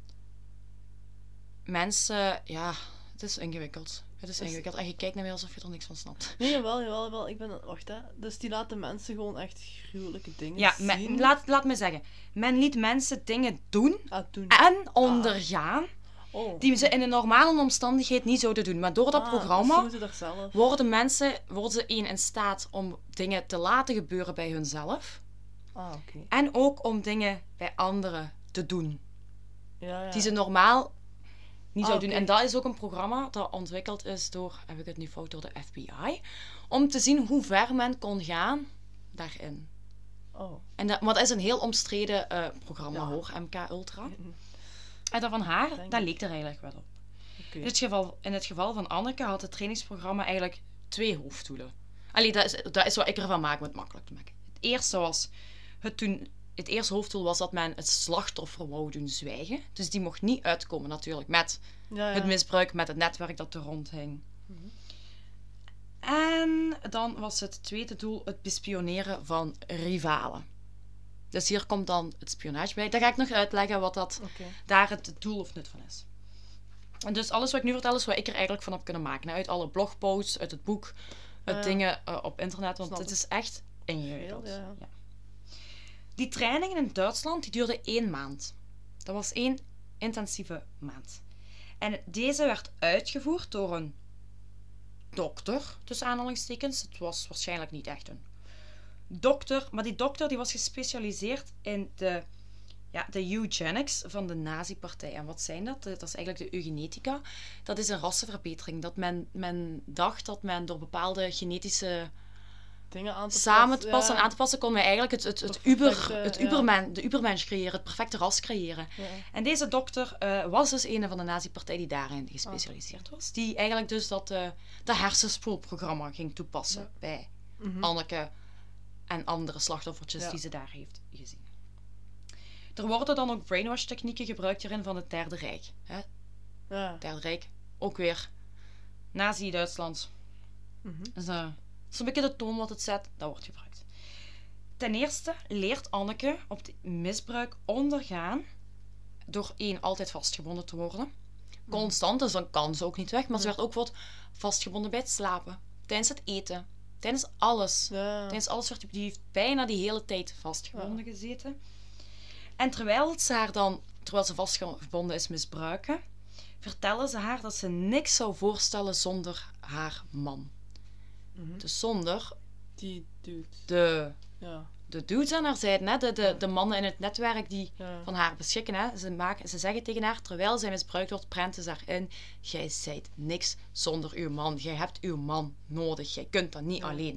mensen... Ja, het is ingewikkeld. Het is ingewikkeld. En je kijkt naar mij alsof je er niks van snapt. Nee, jawel, jawel, jawel. Ik ben... Wacht, hè. Dus die laten mensen gewoon echt gruwelijke dingen ja, zien. Ja, laat, laat me zeggen. Men liet mensen dingen doen, ah, doen. en ondergaan... Ah. Oh. Die ze in een normale omstandigheid niet zouden doen. Maar door dat ah, programma zelf. worden mensen worden ze één in staat om dingen te laten gebeuren bij hunzelf. Ah, okay. En ook om dingen bij anderen te doen. Ja, ja. Die ze normaal niet ah, zouden okay. doen. En dat is ook een programma dat ontwikkeld is door, heb ik het nu fout, door de F B I. Om te zien hoe ver men kon gaan daarin. Oh. En dat, maar dat is een heel omstreden uh, programma, ja. hoor, M K Ultra. En dat van haar, Denk dat leek er eigenlijk wel op. Okay. In, het geval, in het geval van Anneke had het trainingsprogramma eigenlijk twee hoofddoelen. Allee, dat is, dat is wat ik ervan maak om het makkelijk te maken. Het eerste was, het, toen, het eerste hoofddoel was dat men het slachtoffer wou doen zwijgen. Dus die mocht niet uitkomen natuurlijk met ja, ja. het misbruik, met het netwerk dat er rondhing. Mm-hmm. En dan was het tweede doel het bespioneren van rivalen. Dus hier komt dan het spionage bij. Daar ga ik nog uitleggen wat dat okay. daar het doel of nut van is. En dus alles wat ik nu vertel is wat ik er eigenlijk van heb kunnen maken. Uit alle blogposts, uit het boek, uit uh, dingen uh, op internet. Want het is echt ingewikkeld. Ja, ja. Ja. Die trainingen in Duitsland die duurden één maand. Dat was één intensieve maand. En deze werd uitgevoerd door een dokter, tussen aanhalingstekens. Het was waarschijnlijk niet echt een dokter, maar die dokter die was gespecialiseerd in de, ja, de eugenics van de nazi-partij. En wat zijn dat? Dat is eigenlijk de eugenetica. Dat is een rassenverbetering. Dat men, men dacht dat men door bepaalde genetische dingen aan te samen te passen, passen ja. en aan te passen, konden wij eigenlijk het, het, het, Het uber, perfecte, het ja. ubermen, de ubermensch creëren, het perfecte ras creëren. Ja. En deze dokter uh, was dus een van de nazi-partij die daarin gespecialiseerd was. Die eigenlijk dus dat, uh, dat hersenspoelprogramma ging toepassen Ja. bij Mhm. Anneke en andere slachtoffertjes Ja. die ze daar heeft gezien. Er worden dan ook brainwash-technieken gebruikt hierin van het Derde Rijk. Hè? Ja. Het Derde Rijk, ook weer Nazi-Duitsland. Mhm. Dus, uh, zo'n beetje de toon wat het zet, dat wordt gebruikt. Ten eerste leert Anneke op het misbruik ondergaan door één, altijd vastgebonden te worden. Constant, dus dan kan ze ook niet weg. Maar ze werd ook wat vastgebonden bij het slapen. Tijdens het eten. Tijdens alles. Ja. Tijdens alles werd die heeft bijna die hele tijd vastgebonden ja. gezeten. En terwijl ze haar dan, terwijl ze vastgebonden is, misbruiken, vertellen ze haar dat ze niks zou voorstellen zonder haar man. Mm-hmm. Dus zonder die dude. De, ja. de dudes aan haar zijde, hè? De, de, de mannen in het netwerk die ja. van haar beschikken. Hè? Ze, maken, ze zeggen tegen haar, terwijl zij misbruikt wordt, prenten ze haar in. Jij zijt niks zonder uw man. Jij hebt uw man nodig. Jij kunt dat niet ja. alleen.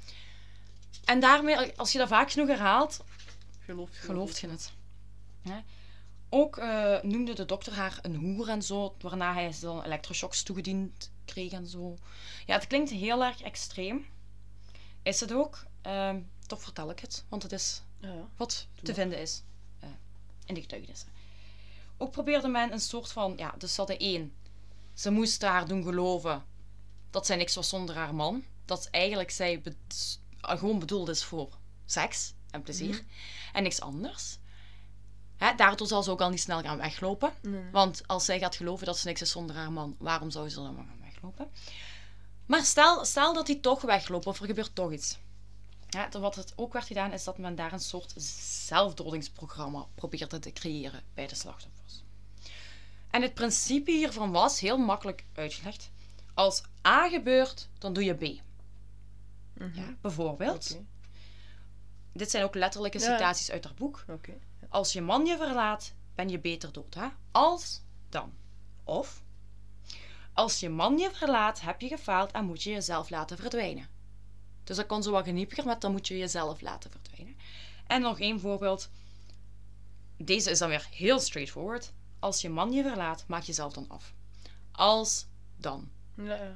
En daarmee, als je dat vaak genoeg herhaalt, gelooft je, gelooft je het. Ja? Ook uh, noemde de dokter haar een hoer en zo, waarna hij ze dan elektroshocks toegediend kreeg en zo. Ja, het klinkt heel erg extreem. Is het ook. Uh, toch vertel ik het, want het is ja, ja. wat Doe te vinden is uh, in de getuigenissen. Ook probeerde men een soort van, ja, dus ze hadden één. Ze moest haar doen geloven dat zij niks was zonder haar man. Dat eigenlijk zij be- gewoon bedoeld is voor seks en plezier. Mm-hmm. En niks anders. Hè, daardoor zal ze ook al niet snel gaan weglopen. Nee. Want als zij gaat geloven dat ze niks is zonder haar man, waarom zou ze dan maar gaan weglopen? Maar stel, stel dat hij toch wegloopt of er gebeurt toch iets. Ja, wat het ook werd gedaan is dat men daar een soort zelfdodingsprogramma probeerde te creëren bij de slachtoffers. En het principe hiervan was heel makkelijk uitgelegd. Als A gebeurt, dan doe je B. Mm-hmm. Ja, bijvoorbeeld. Okay. Dit zijn ook letterlijke citaties ja. uit haar boek. Okay. Ja. Als je man je verlaat, ben je beter dood. Hè? Als dan. Of, als je man je verlaat, heb je gefaald en moet je jezelf laten verdwijnen. Dus dat kan zo wat geniepiger, maar dan moet je jezelf laten verdwijnen. En nog één voorbeeld. Deze is dan weer heel straightforward. Als je man je verlaat, maak jezelf dan af. Als dan. Ja, ja.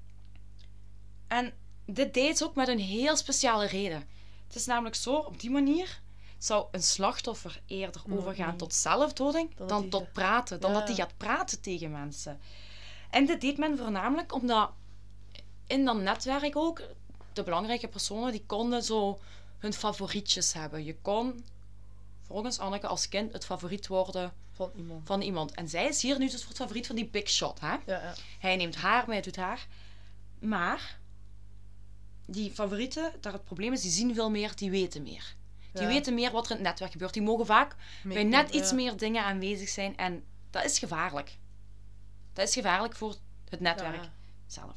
En dit deed ze ook met een heel speciale reden. Het is namelijk zo, op die manier zou een slachtoffer eerder mm, overgaan nee. tot zelfdoding dan, dan tot gaat... praten. Dan ja. dat hij gaat praten tegen mensen. En dit deed men voornamelijk omdat in dat netwerk ook de belangrijke personen die konden zo hun favorietjes hebben. Je kon volgens Anneke als kind het favoriet worden van iemand. Van iemand. En zij is hier nu dus het favoriet van die big shot. Hè? Ja, ja. Hij neemt haar, maar hij doet haar. Maar die favorieten, daar het probleem is, die zien veel meer, die weten meer. Die ja. weten meer wat er in het netwerk gebeurt. Die mogen vaak Mee, bij net ja. iets meer dingen aanwezig zijn. En dat is gevaarlijk. Dat is gevaarlijk voor het netwerk ja. zelf.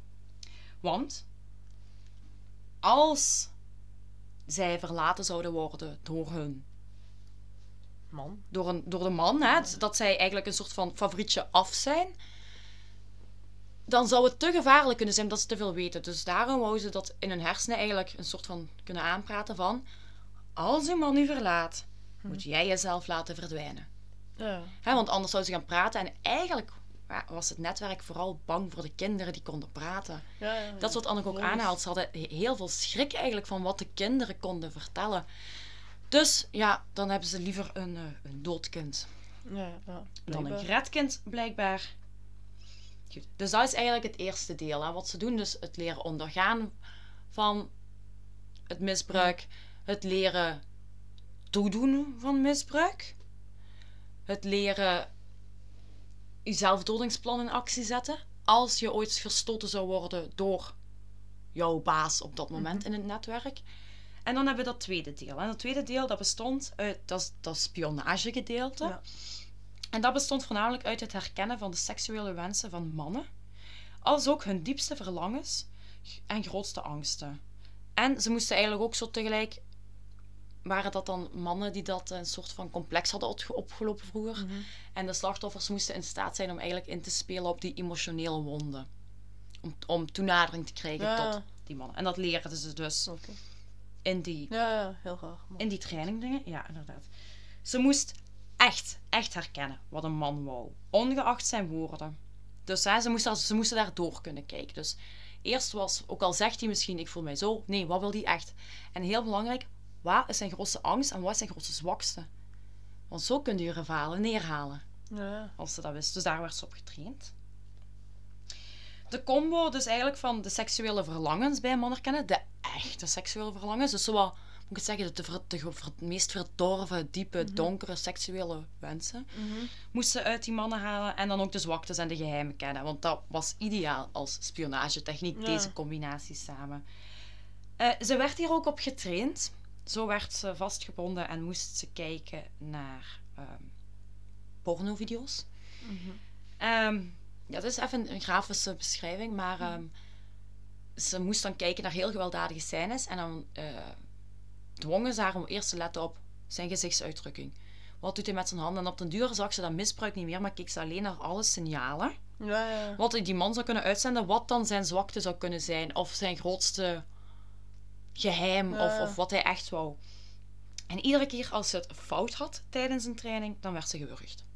Want als zij verlaten zouden worden door hun man, door, een, door de man, hè, ja. dat zij eigenlijk een soort van favorietje af zijn, dan zou het te gevaarlijk kunnen zijn dat ze te veel weten. Dus daarom wou ze dat in hun hersenen eigenlijk een soort van kunnen aanpraten van, als je man nu verlaat, hm. moet jij jezelf laten verdwijnen. Ja. Hè, want anders zou ze gaan praten en eigenlijk ja, was het netwerk vooral bang voor de kinderen die konden praten. Ja, ja, ja. Dat is wat Anneke ook aanhaalt. Ze hadden heel veel schrik eigenlijk van wat de kinderen konden vertellen. Dus ja, dan hebben ze liever een, uh, een dood kind ja, ja, dan een gered kind, blijkbaar. Goed. Dus dat is eigenlijk het eerste deel. Hè. Wat ze doen, dus het leren ondergaan van het misbruik. Het leren toedoen van misbruik. Het leren je zelfdodingsplan in actie zetten. Als je ooit verstoten zou worden door jouw baas op dat moment mm-hmm. in het netwerk. En dan hebben we dat tweede deel. En dat tweede deel, dat bestond uit dat, dat spionagegedeelte. Ja. En dat bestond voornamelijk uit het herkennen van de seksuele wensen van mannen. Als ook hun diepste verlangens en grootste angsten. En ze moesten eigenlijk ook zo tegelijk... waren dat dan mannen die dat een soort van complex hadden opgelopen vroeger. Mm-hmm. En de slachtoffers moesten in staat zijn om eigenlijk in te spelen op die emotionele wonden. Om, om toenadering te krijgen ja. tot die mannen. En dat leerden ze dus Oké. in die, Ja, ja, heel graag. Maar... in die training dingen. Ja, inderdaad. Ze moest echt, echt herkennen wat een man wou. Ongeacht zijn woorden. Dus hè, ze, moest daar, ze moesten daar door kunnen kijken. Dus eerst was, ook al zegt hij misschien, ik voel mij zo. Nee, wat wil hij echt? En heel belangrijk, wat is zijn grootste angst en wat is zijn grootste zwakste? Want zo kun je je rivalen neerhalen. Ja. Als ze dat wist. Dus daar werd ze op getraind. De combo dus eigenlijk van de seksuele verlangens bij mannen herkennen. De echte seksuele verlangens. Dus zo wat, moet ik het zeggen, de, de, de, de meest verdorven, diepe, Mm-hmm. donkere seksuele wensen. Mm-hmm. Moesten ze uit die mannen halen. En dan ook de zwaktes en de geheimen kennen. Want dat was ideaal als spionagetechniek, Ja. deze combinatie samen. Uh, ze werd hier ook op getraind. Zo werd ze vastgebonden en moest ze kijken naar um, pornovideo's. Mm-hmm. Um, ja, dat is even een grafische beschrijving, maar um, ze moest dan kijken naar heel gewelddadige scènes en dan uh, dwongen ze haar om eerst te letten op zijn gezichtsuitdrukking. Wat doet hij met zijn handen? En op den duur zag ze dat misbruik niet meer, maar keek ze alleen naar alle signalen. Ja, ja. Wat die man zou kunnen uitzenden, wat dan zijn zwakte zou kunnen zijn, of zijn grootste geheim, ja. of, of wat hij echt wou. En iedere keer als ze het fout had tijdens een training, dan werd ze gewurgd.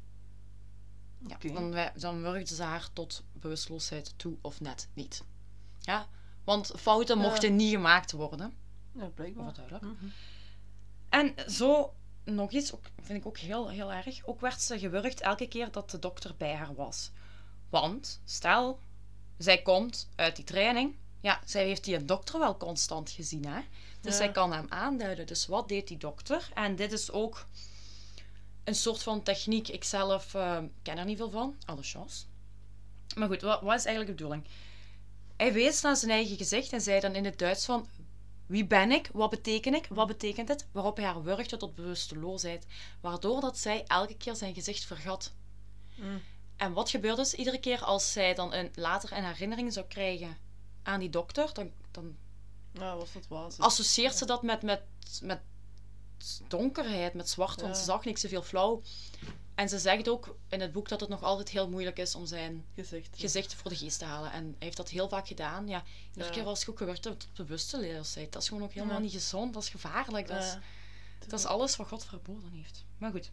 Ja, Okay. dan, dan wurgden ze haar tot bewusteloosheid toe of net niet. Ja, want fouten ja. mochten niet gemaakt worden. Ja, blijkbaar. Wat duidelijk. Mm-hmm. En zo, nog iets, ook, vind ik ook heel, heel erg, ook werd ze gewurgd elke keer dat de dokter bij haar was. Want, stel, zij komt uit die training, ja, zij heeft die dokter wel constant gezien, hè. Dus ja. zij kan hem aanduiden. Dus wat deed die dokter? En dit is ook een soort van techniek. Ik zelf uh, ken er niet veel van. Alle chance. Maar goed, wat, wat is eigenlijk de bedoeling? Hij wees naar zijn eigen gezicht en zei dan in het Duits van... Wie ben ik? Wat beteken ik? Wat betekent het? Waarop hij haar wurgde tot bewusteloosheid. Waardoor dat zij elke keer zijn gezicht vergat. Mm. En wat gebeurde dus? Iedere keer als zij dan een, later een herinnering zou krijgen aan die dokter... Dan, dan ja, was dat was het. associeert ze dat met... met, met donkerheid, met zwart, want ja. ze zag niks, zoveel flauw. En ze zegt ook in het boek dat het nog altijd heel moeilijk is om zijn gezicht, ja. gezicht voor de geest te halen. En hij heeft dat heel vaak gedaan. Ja, iedere ja. keer was het ook gewurgd tot bewusteloosheid. Dat is gewoon ook helemaal ja. niet gezond, dat is gevaarlijk. Dat is, ja. dat is alles wat God verboden heeft. Maar goed.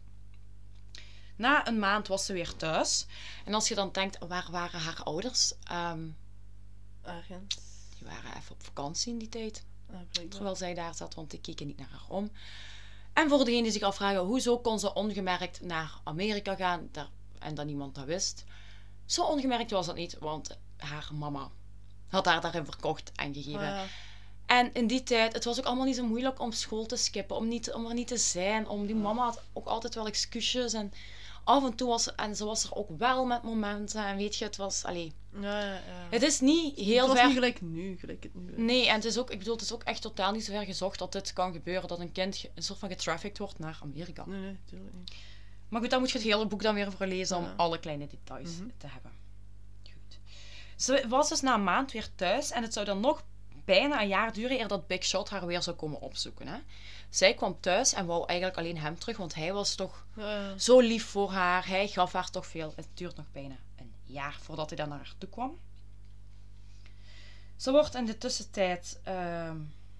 Na een maand was ze weer thuis. En als je dan denkt, waar waren haar ouders? Um, Ergens. Die waren even op vakantie in die tijd. Ja, terwijl zij daar zat, want die keken niet naar haar om. En voor degenen die zich afvragen, hoezo kon ze ongemerkt naar Amerika gaan daar, en dat niemand dat wist. Zo ongemerkt was dat niet, want haar mama had haar daarin verkocht en gegeven. Oh, ja. En in die tijd, het was ook allemaal niet zo moeilijk om school te skippen, om, niet, om er niet te zijn. Om, die mama had ook altijd wel excuses en af en toe was ze, en ze was er ook wel met momenten. En weet je, het was, allee... Ja, ja, ja. Het is niet heel het was ver... niet gelijk nu, gelijk het nu is. Nee, en het is ook, ik bedoel, het is ook echt totaal niet zo ver gezocht dat dit kan gebeuren, dat een kind een soort van getrafficked wordt naar Amerika. Nee, nee, tuurlijk niet. Maar goed, dan moet je het hele boek dan weer voor lezen om ja. alle kleine details mm-hmm. te hebben. Goed. Ze was dus na een maand weer thuis en het zou dan nog bijna een jaar duren eer dat Big Shot haar weer zou komen opzoeken. Hè. Zij kwam thuis en wou eigenlijk alleen hem terug, want hij was toch ja, ja. zo lief voor haar. Hij gaf haar toch veel. Het duurt nog bijna een jaar voordat hij dan naar haar toe kwam. Ze wordt in de tussentijd uh,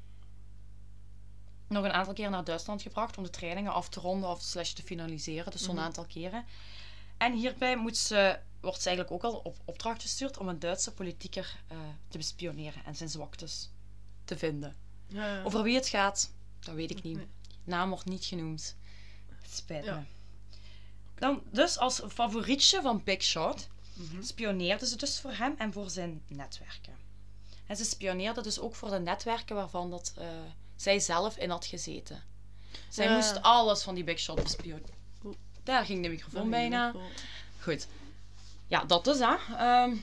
nog een aantal keer naar Duitsland gebracht om de trainingen af te ronden of slash te finaliseren. Dus zo'n mm-hmm. aantal keren. En hierbij moet ze, wordt ze eigenlijk ook al op opdracht gestuurd om een Duitse politieker uh, te bespioneren en zijn zwaktes te vinden. Ja, ja. Over wie het gaat, dat weet ik niet. Nee. Naam wordt niet genoemd. Het spijt ja. me. Dan, dus als favorietje van Big Shot mm-hmm. spioneerde ze dus voor hem en voor zijn netwerken. En ze spioneerde dus ook voor de netwerken waarvan dat, uh, zij zelf in had gezeten. Zij ja. moest alles van die Big Shot bespioneren. Daar ging de microfoon ging bijna. De microfoon. Goed. Ja, dat dus, hè. Um,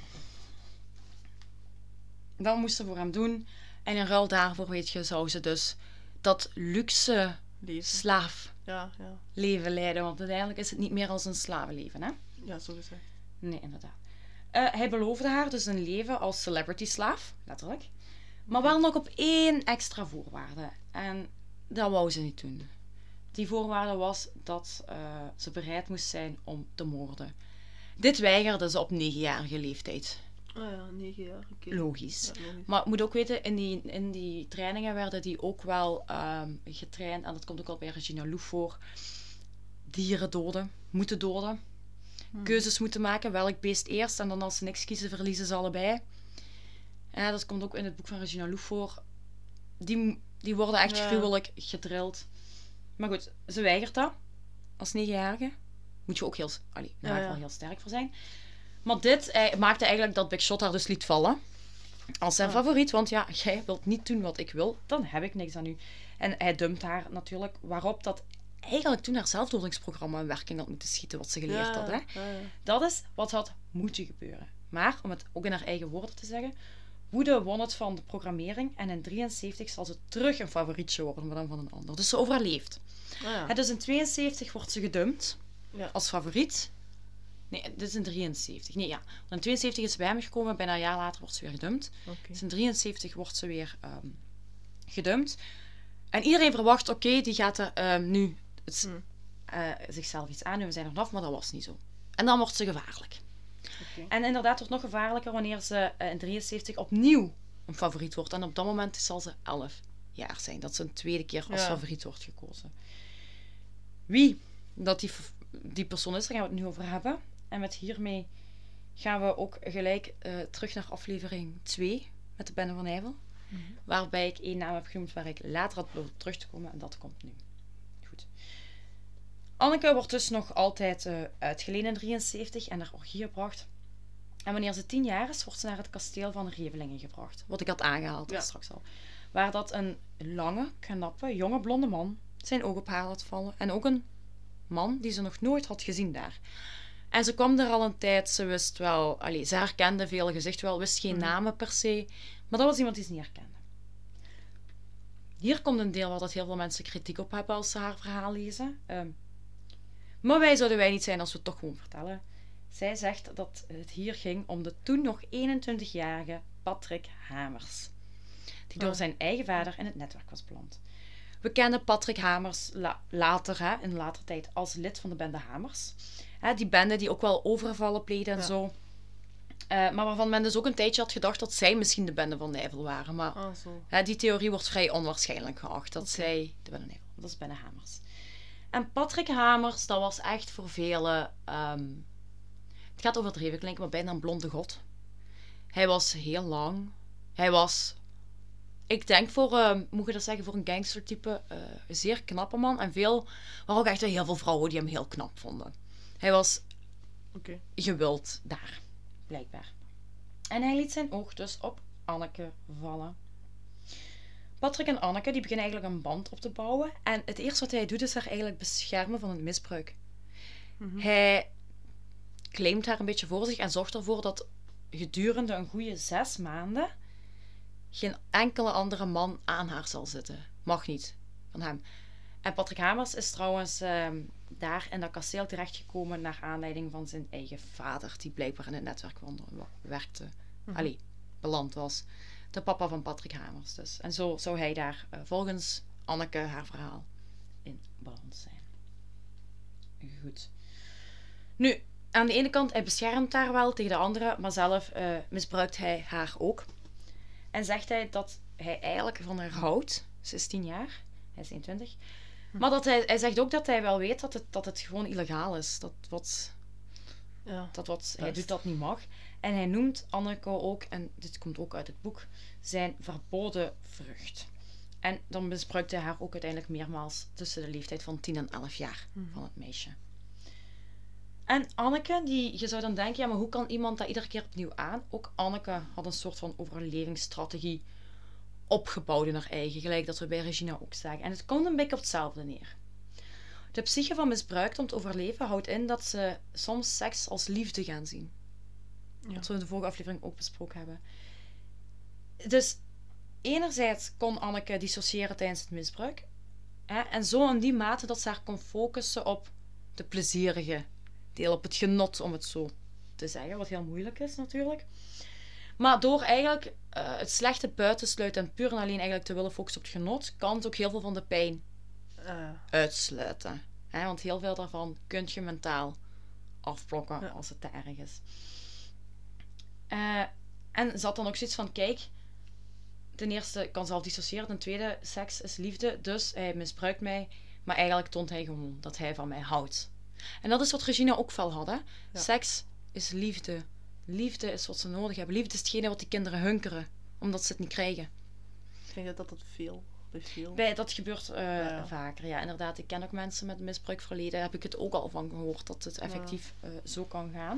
dat moest ze voor hem doen. En in ruil daarvoor, weet je, zou ze dus dat luxe leven. slaaf ja, ja. leven leiden. Want uiteindelijk is het niet meer als een slavenleven, hè. Ja, zo gezegd. Nee, inderdaad. Uh, hij beloofde haar dus een leven als celebrity-slaaf, letterlijk. Maar wel nog op één extra voorwaarde. En dat wou ze niet doen. Die voorwaarde was dat uh, ze bereid moest zijn om te moorden. Dit weigerde ze op negenjarige leeftijd. Oh ja, negen jaar, oké. Logisch. Ja, logisch. Maar je moet ook weten, in die, in die trainingen werden die ook wel um, getraind. En dat komt ook al bij Regina Louf voor. Dieren doden, moeten doden. Hmm. Keuzes moeten maken, welk beest eerst. En dan als ze niks kiezen, verliezen ze allebei. Ja, dat komt ook in het boek van Regina Louf voor. Die, die worden echt ja. gruwelijk gedrild. Maar goed, ze weigert dat. Als negenjarige. Moet je ook heel, allee, daar ja, ja. heel sterk voor zijn. Maar dit hij, maakte eigenlijk dat Big Shot haar dus liet vallen. Als zijn ja. favoriet. Want ja, jij wilt niet doen wat ik wil. Dan heb ik niks aan u. En hij dumpt haar natuurlijk. Waarop dat eigenlijk toen haar zelfdodingsprogramma in werking had moeten schieten. Wat ze geleerd ja, had. Hè? Ja, ja. Dat is wat had moeten gebeuren. Maar, om het ook in haar eigen woorden te zeggen. Woede won het van de programmering. En in drieënzeventig zal ze terug een favorietje worden. Maar dan van een ander. Dus ze overleeft. Ja. Hè, dus in tweeënzeventig wordt ze gedumpt. Ja. Als favoriet. Nee, dit is in drieënzeventig. Nee, ja. In tweeënzeventig is ze bij hem gekomen. Bijna een jaar later wordt ze weer gedumpt. Okay. Dus in drieënzeventig wordt ze weer um, gedumpt. En iedereen verwacht, oké, okay, die gaat er um, nu het, hmm. uh, zichzelf iets aandoen. We zijn er vanaf, maar dat was niet zo. En dan wordt ze gevaarlijk. Okay. En inderdaad wordt het nog gevaarlijker wanneer ze uh, in drieënzeventig opnieuw een favoriet wordt. En op dat moment zal ze elf jaar zijn. Dat ze een tweede keer als ja. favoriet wordt gekozen. Wie dat die, die persoon is, daar gaan we het nu over hebben. En met hiermee gaan we ook gelijk uh, terug naar aflevering twee met de Bende van Nijvel. Mm-hmm. Waarbij ik één naam heb genoemd waar ik later had willen terug te komen. En dat komt nu. Goed. Anneke wordt dus nog altijd uh, uitgelenen in drieënzeventig en naar orgie gebracht. En wanneer ze tien jaar is, wordt ze naar het kasteel van Revelingen gebracht. Wat ik had aangehaald ja. straks al. Waar dat een lange, knappe, jonge blonde man zijn oog op haar laat vallen. En ook een man die ze nog nooit had gezien daar. En ze kwam er al een tijd, ze wist wel, allez, ze herkende veel gezicht wel, wist geen mm-hmm. namen per se, maar dat was iemand die ze niet herkende. Hier komt een deel waar dat heel veel mensen kritiek op hebben als ze haar verhaal lezen. Um, maar wij zouden wij niet zijn als we het toch gewoon vertellen. Zij zegt dat het hier ging om de toen nog eenentwintigjarige Patrick Hamers, die door zijn eigen vader in het netwerk was beland. We kennen Patrick Hamers la- later, hè, in later tijd, als lid van de bende Hamers. Hè, die bende die ook wel overvallen pleegde en ja. zo. Uh, maar waarvan men dus ook een tijdje had gedacht dat zij misschien de bende van Nijvel waren. Maar ah, zo. Hè, die theorie wordt vrij onwaarschijnlijk geacht, dat okay. zij de bende Nijvel, dat is bende Hamers. En Patrick Hamers, dat was echt voor velen... Um, het gaat overdreven klinken, maar bijna een blonde god. Hij was heel lang. Hij was... Ik denk voor, uh, moet je dat zeggen, voor een gangstertype, uh, een zeer knappe man. En veel, maar ook echt heel veel vrouwen die hem heel knap vonden. Hij was okay. gewild daar, blijkbaar. En hij liet zijn oog dus op Anneke vallen. Patrick en Anneke die beginnen eigenlijk een band op te bouwen. En het eerste wat hij doet is haar eigenlijk beschermen van het misbruik. Mm-hmm. Hij claimt haar een beetje voor zich en zorgt ervoor dat gedurende een goede zes maanden geen enkele andere man aan haar zal zitten. Mag niet van hem. En Patrick Hamers is trouwens uh, daar in dat kasteel terechtgekomen naar aanleiding van zijn eigen vader, die blijkbaar in het netwerk werkte. Mm-hmm. Allee, beland was. De papa van Patrick Hamers dus. En zo zou hij daar uh, volgens Anneke haar verhaal in beland zijn. Goed. Nu, aan de ene kant, hij beschermt haar wel tegen de andere, maar zelf uh, misbruikt hij haar ook. En zegt hij dat hij eigenlijk van haar houdt. Ze is tien jaar, hij is eenentwintig. Hm. Maar dat hij, hij zegt ook dat hij wel weet dat het, dat het gewoon illegaal is. Dat wat, ja, dat wat hij doet dat niet mag. En hij noemt Anneke ook, en dit komt ook uit het boek, zijn verboden vrucht. En dan misbruikt hij haar ook uiteindelijk meermaals tussen de leeftijd van tien en elf jaar hm. van het meisje. En Anneke, die, je zou dan denken, ja, maar hoe kan iemand dat iedere keer opnieuw aan? Ook Anneke had een soort van overlevingsstrategie opgebouwd in haar eigen, gelijk dat we bij Regina ook zagen. En het komt een beetje op hetzelfde neer. De psyche van misbruik om te overleven houdt in dat ze soms seks als liefde gaan zien. Ja. Wat we in de vorige aflevering ook besproken hebben. Dus enerzijds kon Anneke dissociëren tijdens het misbruik. Hè, en zo in die mate dat ze haar kon focussen op de plezierige deel, op het genot, om het zo te zeggen. Wat heel moeilijk is natuurlijk. Maar door eigenlijk uh, het slechte buitensluiten en puur en alleen eigenlijk te willen focussen op het genot, kan het ook heel veel van de pijn uh. uitsluiten. Hè, want heel veel daarvan kun je mentaal afblokken ja. als het te erg is. Uh, En ze had dan ook zoiets van, kijk, ten eerste ik kan zelf dissociëren, ten tweede, seks is liefde, dus hij misbruikt mij, maar eigenlijk toont hij gewoon dat hij van mij houdt. En dat is wat Regina ook wel had, hè. Ja. Seks is liefde. Liefde is wat ze nodig hebben. Liefde is hetgene wat die kinderen hunkeren, omdat ze het niet krijgen. Ik denk dat dat veel... Bij veel... Bij, dat gebeurt uh, ja, ja. vaker, ja, inderdaad. Ik ken ook mensen met misbruikverleden, daar heb ik het ook al van gehoord, dat het effectief ja. uh, zo kan gaan.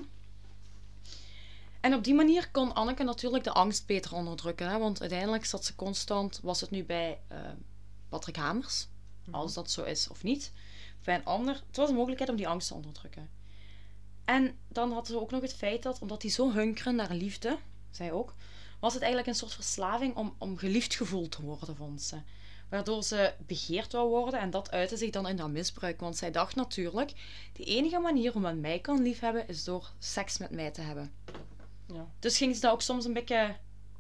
En op die manier kon Anneke natuurlijk de angst beter onderdrukken. Hè? Want uiteindelijk zat ze constant, was het nu bij uh, Patrick Hamers, mm-hmm. als dat zo is of niet, of bij een ander. Het was een mogelijkheid om die angst te onderdrukken. En dan had ze ook nog het feit dat, omdat die zo hunkeren naar liefde, zij ook, was het eigenlijk een soort verslaving om, om geliefd gevoeld te worden, vond ze. Waardoor ze begeerd wou worden en dat uitte zich dan in dat misbruik. Want zij dacht natuurlijk, de enige manier hoe men mij kan liefhebben is door seks met mij te hebben. Ja. Dus ging ze dat ook soms een beetje...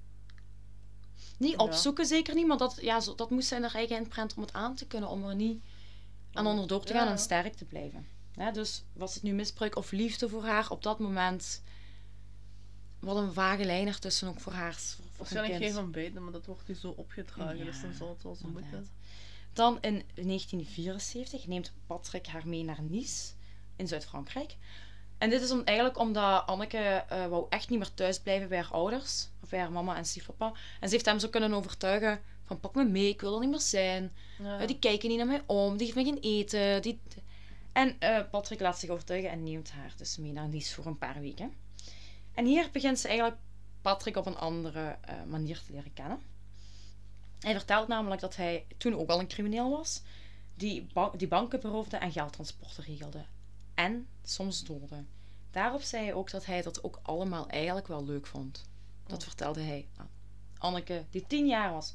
Niet opzoeken, ja. zeker niet, maar dat, ja, zo, dat moest zij in haar eigen inprent om het aan te kunnen, om er niet aan onderdoor te gaan ja, ja. en sterk te blijven. Ja, dus was het nu misbruik of liefde voor haar op dat moment... Wat een vage lijn ertussen ook voor haar. Voor Waarschijnlijk geen van beiden, maar dat wordt nu zo opgedragen, ja, dus dan zal het wel zo moeten. Dan in negentien vierenzeventig neemt Patrick haar mee naar Nice, in Zuid-Frankrijk. En dit is om, eigenlijk omdat Anneke uh, wou echt niet meer thuis blijven bij haar ouders, of bij haar mama en stiefpapa. En ze heeft hem zo kunnen overtuigen van pak me mee, ik wil er niet meer zijn. Ja. Uh, die kijken niet naar mij om, die geven me geen eten. Die... En uh, Patrick laat zich overtuigen en neemt haar dus mee naar Nice voor een paar weken. En hier begint ze eigenlijk Patrick op een andere uh, manier te leren kennen. Hij vertelt namelijk dat hij toen ook al een crimineel was, die, ba- die banken beroofde en geldtransporten regelde. En soms doodde. Daarop zei hij ook dat hij dat ook allemaal eigenlijk wel leuk vond. Dat oh. vertelde hij aan Anneke, die tien jaar was.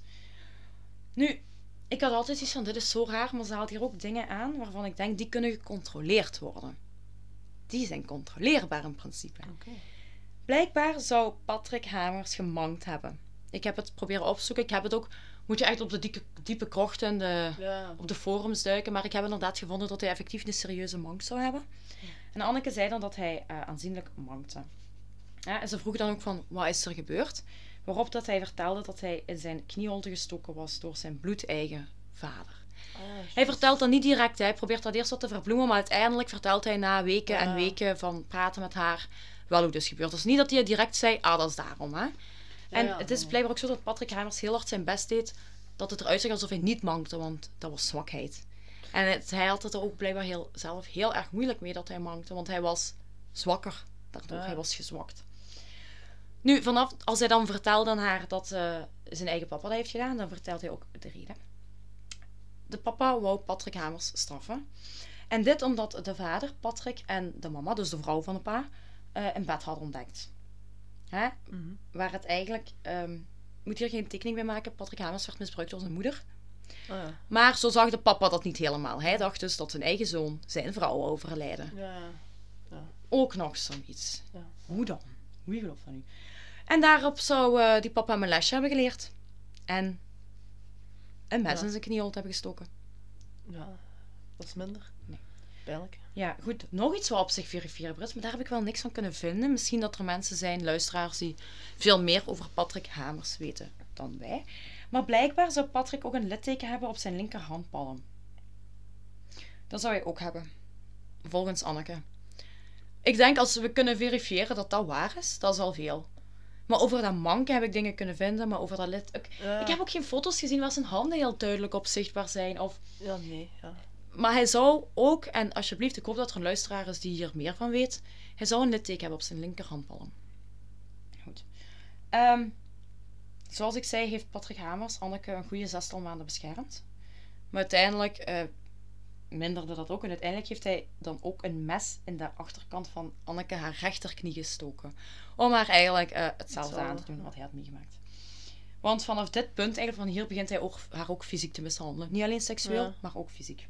Nu, ik had altijd iets van, dit is zo raar, maar ze haalt hier ook dingen aan waarvan ik denk, die kunnen gecontroleerd worden. Die zijn controleerbaar in principe. Okay. Blijkbaar zou Patrick Hamers gemankt hebben. Ik heb het proberen opzoeken. Ik heb het ook... Moet je echt op de diepe, diepe krochten de, ja. op de forums duiken. Maar ik heb inderdaad gevonden dat hij effectief een serieuze mank zou hebben. Ja. En Anneke zei dan dat hij uh, aanzienlijk mankte. Ja, en ze vroeg dan ook van, wat is er gebeurd? Waarop dat hij vertelde dat hij in zijn knieholte gestoken was door zijn bloedeigen vader. Oh, hij vertelt dat niet direct. Hij probeert dat eerst wat te verbloemen. Maar uiteindelijk vertelt hij na weken ja. en weken van praten met haar... wel hoe dus gebeurt. Dus niet dat hij direct zei, ah, dat is daarom, hè. En ja, ja, het is blijkbaar ook zo dat Patrick Hamers heel hard zijn best deed dat het eruit zag alsof hij niet mankte, want dat was zwakheid. En het, hij had het er ook blijkbaar heel, zelf heel erg moeilijk mee dat hij mankte, want hij was zwakker daardoor. Ja. Hij was gezwakt. Nu, vanaf als hij dan vertelde aan haar dat uh, zijn eigen papa dat heeft gedaan, dan vertelt hij ook de reden. De papa wou Patrick Hamers straffen. En dit omdat de vader, Patrick en de mama, dus de vrouw van de pa, Uh, een bed had ontdekt. Hè? Mm-hmm. Waar het eigenlijk... Um, moet hier geen tekening bij maken. Patrick Hamers werd misbruikt door zijn moeder. Oh ja. Maar zo zag de papa dat niet helemaal. Hij dacht dus dat zijn eigen zoon zijn vrouw overlijden. Ja. Ja. Ook nog zoiets. Ja. Hoe dan? Wie gelooft dat nu? En daarop zou uh, die papa hem een lesje hebben geleerd. En een mes ja. in zijn knieholte hebben gestoken. Ja, dat is minder. Nee. Pijnlijk. Ja, goed. Nog iets wat op zich verifieerbaar is, maar daar heb ik wel niks van kunnen vinden. Misschien dat er mensen zijn, luisteraars, die veel meer over Patrick Hamers weten dan wij. Maar blijkbaar zou Patrick ook een litteken hebben op zijn linkerhandpalm. Dat zou hij ook hebben. Volgens Anneke. Ik denk als we kunnen verifiëren dat dat waar is, dat is al veel. Maar over dat manken heb ik dingen kunnen vinden, maar over dat lit... Ik, ja. ik heb ook geen foto's gezien waar zijn handen heel duidelijk op zichtbaar zijn. Of... Ja, nee, ja. Maar hij zou ook, en alsjeblieft, ik hoop dat er een luisteraar is die hier meer van weet, hij zou een litteken hebben op zijn linkerhandpalm. Goed. Um, zoals ik zei, heeft Patrick Hamers Anneke een goede zestal maanden beschermd. Maar uiteindelijk uh, minderde dat ook. En uiteindelijk heeft hij dan ook een mes in de achterkant van Anneke haar rechterknie gestoken. Om haar eigenlijk uh, hetzelfde aan te doen wat hij had meegemaakt. Want vanaf dit punt, eigenlijk van hier, begint hij ook, haar ook fysiek te mishandelen. Niet alleen seksueel, ja. maar ook fysiek.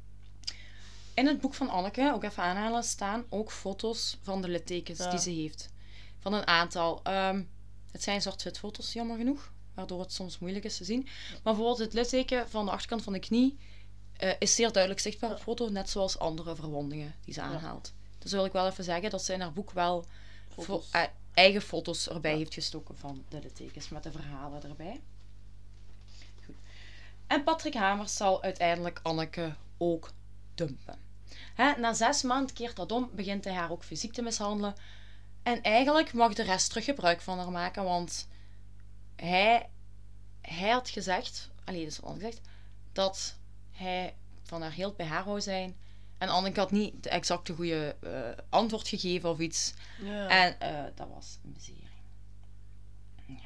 In het boek van Anneke, ook even aanhalen, staan ook foto's van de littekens ja. die ze heeft. Van een aantal. Um, het zijn zwart-wit foto's, jammer genoeg. Waardoor het soms moeilijk is te zien. Maar bijvoorbeeld het litteken van de achterkant van de knie uh, is zeer duidelijk zichtbaar op foto. Net zoals andere verwondingen die ze aanhaalt. Ja. Dus wil ik wel even zeggen dat ze in haar boek wel... Fo- uh, eigen foto's erbij ja. heeft gestoken van de littekens met de verhalen erbij. Goed. En Patrick Hamers zal uiteindelijk Anneke ook dumpen. Hè, na zes maanden keert dat om, begint hij haar ook fysiek te mishandelen. En eigenlijk mag de rest terug gebruik van haar maken, want hij, hij had gezegd, allee, dus al gezegd, dat hij van haar heel bij haar wou zijn. En Anneke had niet de exacte goede uh, antwoord gegeven of iets. Ja. En uh, dat was een miserie. Ja.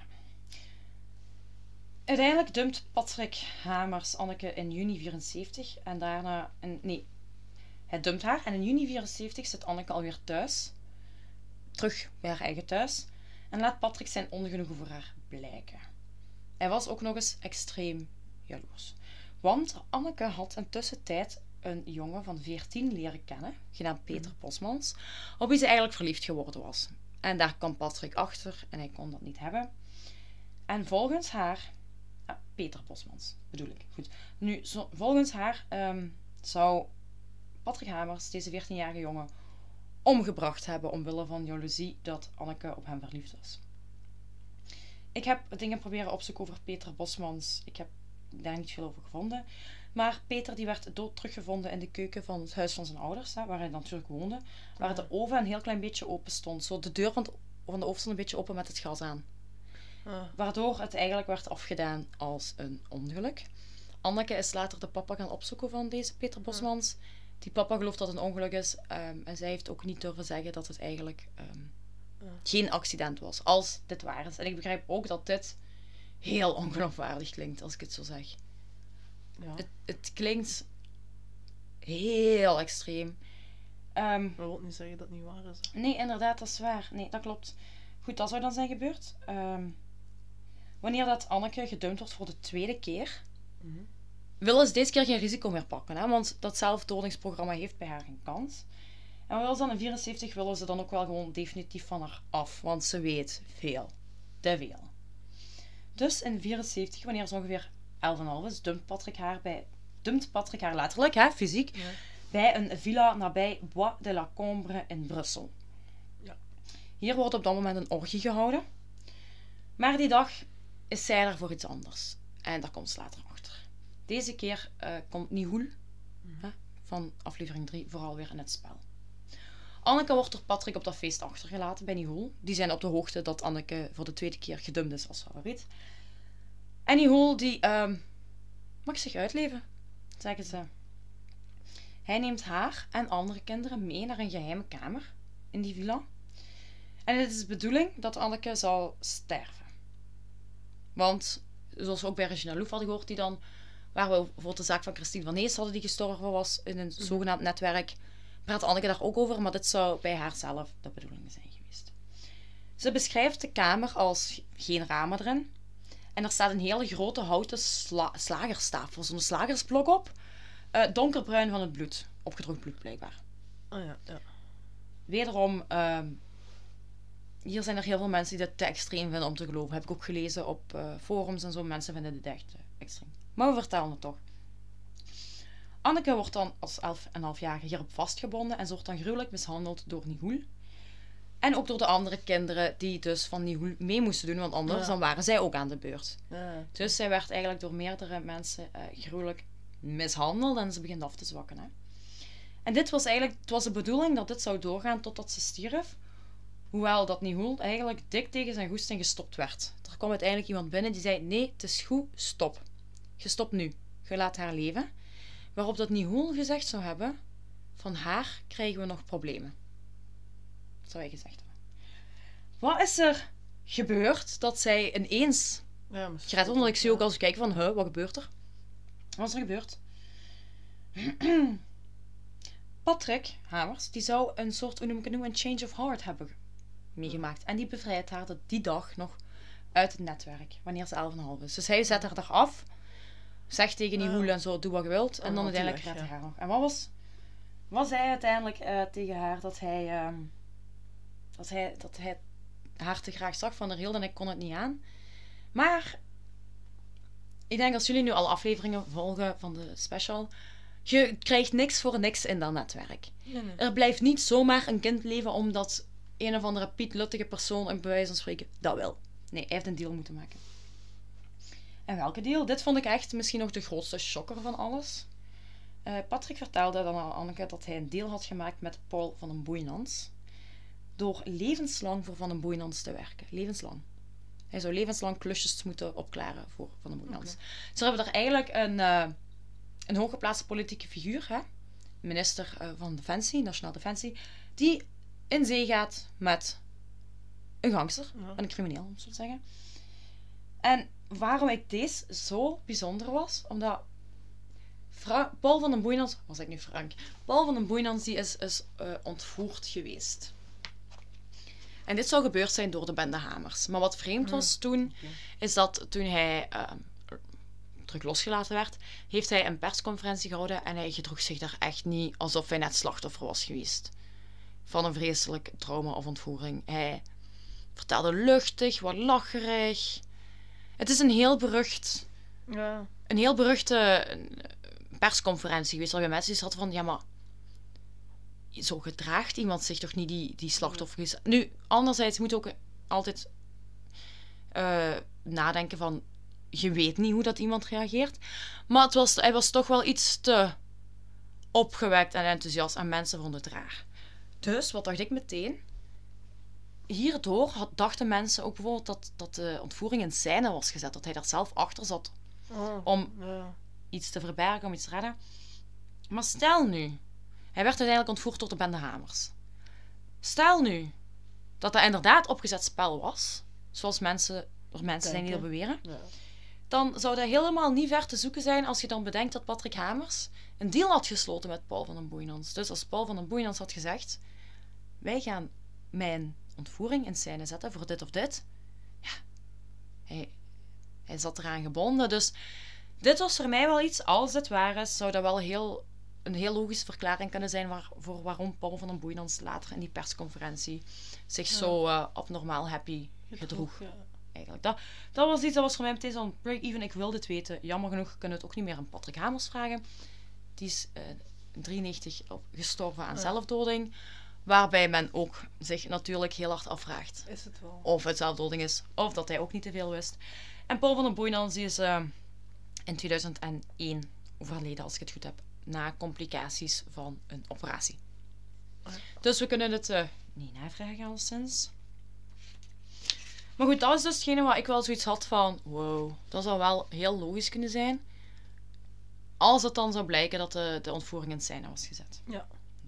Uiteindelijk dumpt Patrick Hamers Anneke in juni vierenzeventig. En daarna... In, nee, hij dumpt haar. En in juni vierenzeventig zit Anneke alweer thuis. Terug bij haar eigen thuis. En laat Patrick zijn ongenoegen voor haar blijken. Hij was ook nog eens extreem jaloers. Want Anneke had intussen tijd een jongen van veertien leren kennen, genaamd Peter Bosmans, op wie ze eigenlijk verliefd geworden was. En daar kwam Patrick achter en hij kon dat niet hebben. En volgens haar... Ah, Peter Bosmans, bedoel ik. Goed. Nu, zo, volgens haar um, zou Patrick Hamers deze veertienjarige jongen omgebracht hebben omwille van jaloezie dat Anneke op hem verliefd was. Ik heb dingen proberen opzoeken over Peter Bosmans. Ik heb daar niet veel over gevonden. Maar Peter die werd dood teruggevonden in de keuken van het huis van zijn ouders, hè, waar hij natuurlijk woonde. Waar ja. de oven een heel klein beetje open stond. Zo de deur van, het, van de oven stond een beetje open met het gas aan. Ja. Waardoor het eigenlijk werd afgedaan als een ongeluk. Anneke is later de papa gaan opzoeken van deze Peter Bosmans. Ja. Die papa gelooft dat het een ongeluk is. Um, en zij heeft ook niet durven zeggen dat het eigenlijk um, ja. geen accident was. Als dit waar is. En ik begrijp ook dat dit heel ongeloofwaardig klinkt, als ik het zo zeg. Ja. Het, het klinkt heel extreem. Um, dat wil niet zeggen dat het niet waar is. Hè? Nee, inderdaad, dat is waar. Nee, dat klopt. Goed, dat zou dan zijn gebeurd. Um, wanneer dat Anneke gedumpt wordt voor de tweede keer, mm-hmm. willen ze deze keer geen risico meer pakken. Hè? Want dat zelfdodingsprogramma heeft bij haar geen kans. En wat wil ze dan in vierenzeventig willen ze dan ook wel gewoon definitief van haar af. Want ze weet veel. Te veel. Dus in vierenzeventig, wanneer ze ongeveer elf en half is, dumpt Patrick haar, bij, dumpt Patrick haar letterlijk, hè, fysiek, ja. bij een villa nabij Bois de la Combre in Brussel. Ja. Hier wordt op dat moment een orgie gehouden. Maar die dag is zij er voor iets anders. En daar komt ze later achter. Deze keer uh, komt Nihoul, mm. hè, van aflevering drie, vooral weer in het spel. Anneke wordt door Patrick op dat feest achtergelaten bij Nihoul. Die zijn op de hoogte dat Anneke voor de tweede keer gedumpt is als favoriet. En Nihoul, die um, mag zich uitleven, zeggen ze. Hij neemt haar en andere kinderen mee naar een geheime kamer in die villa. En het is de bedoeling dat Anneke zal sterven. Want, zoals we ook bij Regina Louf hadden gehoord, die dan, waar we voor de zaak van Christine van Nees hadden die gestorven was in een mm-hmm. zogenaamd netwerk, praat Anneke daar ook over, maar dit zou bij haarzelf de bedoeling zijn geweest. Ze beschrijft de kamer als geen ramen erin. En er staat een hele grote houten sla- slagerstafel, zo'n slagersblok op. Uh, donkerbruin van het bloed. Opgedroogd bloed, blijkbaar. Oh ja, ja. Wederom, uh, hier zijn er heel veel mensen die dit te extreem vinden om te geloven. Heb ik ook gelezen op uh, forums en zo. Mensen vinden dit echt uh, extreem. Maar we vertellen het toch. Anneke wordt dan als elf en halfjarige hierop vastgebonden en ze wordt dan gruwelijk mishandeld door Nihoul. En ook door de andere kinderen die dus van Nihoul mee moesten doen, want anders ja. dan waren zij ook aan de beurt. Ja. Dus zij werd eigenlijk door meerdere mensen uh, gruwelijk mishandeld en ze begint af te zwakken. Hè. En dit was eigenlijk, het was de bedoeling dat dit zou doorgaan totdat ze stierf. Hoewel dat Nihoul eigenlijk dik tegen zijn goesting gestopt werd. Er kwam uiteindelijk iemand binnen die zei, nee, het is goed, stop. Je stopt nu. Je laat haar leven. Waarop dat Nihoul gezegd zou hebben, van haar krijgen we nog problemen. Dat zou hij gezegd hebben. Wat is er gebeurd dat zij ineens ja, gered wordt? Want ik zie ook als ik kijk van, huh, wat gebeurt er? Wat is er gebeurd? Patrick Hamers, die zou een soort, hoe noem ik het nu, een change of heart hebben meegemaakt. En die bevrijdt haar dat die dag nog uit het netwerk, wanneer ze elf en half is. Dus hij zet haar daar af, zegt tegen die hoel en zo, doe wat je wilt. En dan uiteindelijk redt hij haar nog. En wat was... Wat zei hij uiteindelijk uh, tegen haar? Dat hij, um, dat, hij, dat hij haar te graag zag van haar hield en ik kon het niet aan. Maar ik denk als jullie nu alle afleveringen volgen van de special, je krijgt niks voor niks in dat netwerk. Nee, nee. Er blijft niet zomaar een kind leven omdat een of andere pietluttige persoon, en bij wijze van spreken, dat wel. Nee, hij heeft een deal moeten maken. En welke deal? Dit vond ik echt misschien nog de grootste shocker van alles. Uh, Patrick vertelde dan aan Anneke dat hij een deal had gemaakt met Paul van den Boeynants. Door levenslang voor Van den Boeynants te werken. Levenslang. Hij zou levenslang klusjes moeten opklaren voor Van den Boeynants. Okay. Dus we hebben daar eigenlijk een, uh, een hooggeplaatste politieke figuur, hè? Minister uh, van Defensie, Nationale Defensie, die in zee gaat met een gangster, ja. Een crimineel, om zo te zeggen. En waarom ik deze zo bijzonder was, omdat Fra- Paul van den Boeynants, was ik nu Frank? Paul van den Boeynants die is, is uh, ontvoerd geweest. En dit zou gebeurd zijn door de bende Hamers. Maar wat vreemd was toen, is dat toen hij uh, terug losgelaten werd, heeft hij een persconferentie gehouden en hij gedroeg zich daar echt niet alsof hij net slachtoffer was geweest van een vreselijk trauma of ontvoering. Hij vertelde luchtig, wat lacherig. Het is een heel berucht, ja. een heel beruchte persconferentie geweest, waarbij mensen die hadden van, ja maar, zo gedraagt iemand zich toch niet die, die slachtoffer is. Nu, anderzijds moet je ook altijd uh, nadenken van, je weet niet hoe dat iemand reageert, maar het was, hij was toch wel iets te opgewekt en enthousiast en mensen vonden het raar. Dus, wat dacht ik meteen? Hierdoor had, dachten mensen ook bijvoorbeeld dat, dat de ontvoering in scène was gezet, dat hij daar zelf achter zat oh, om ja. iets te verbergen, om iets te redden. Maar stel nu, hij werd uiteindelijk ontvoerd door de bende Hamers. Stel nu dat dat inderdaad opgezet spel was, zoals mensen, er mensen zijn die dat beweren, ja. Dan zou dat helemaal niet ver te zoeken zijn als je dan bedenkt dat Patrick Hamers een deal had gesloten met Paul van den Boeynants. Dus als Paul van den Boeynants had gezegd, wij gaan mijn ontvoering in scène zetten voor dit of dit, ja, hij, hij zat eraan gebonden. Dus dit was voor mij wel iets, als het waar is, zou dat wel heel, een heel logische verklaring kunnen zijn waar, voor waarom Paul van den Boeynants later in die persconferentie zich ja. zo uh, abnormaal happy gedroeg. Ja. Eigenlijk. Dat, dat was iets, dat was voor mij meteen zo'n break-even. Ik wil dit weten. Jammer genoeg kunnen we het ook niet meer aan Patrick Hamers vragen. Die is uh, drieënnegentig op, gestorven aan ja. zelfdoding. Waarbij men ook zich natuurlijk heel hard afvraagt. Is het wel? Of het zelfdoding is, of dat hij ook niet te veel wist. En Paul van den Boeynants die is uh, in tweeduizend één overleden, als ik het goed heb, na complicaties van een operatie. Ja. Dus we kunnen het uh, niet navragen alleszins. Maar goed, dat is dus hetgene wat ik wel zoiets had van, wow, dat zou wel heel logisch kunnen zijn. Als het dan zou blijken dat de, de ontvoering in scène was gezet. Ja.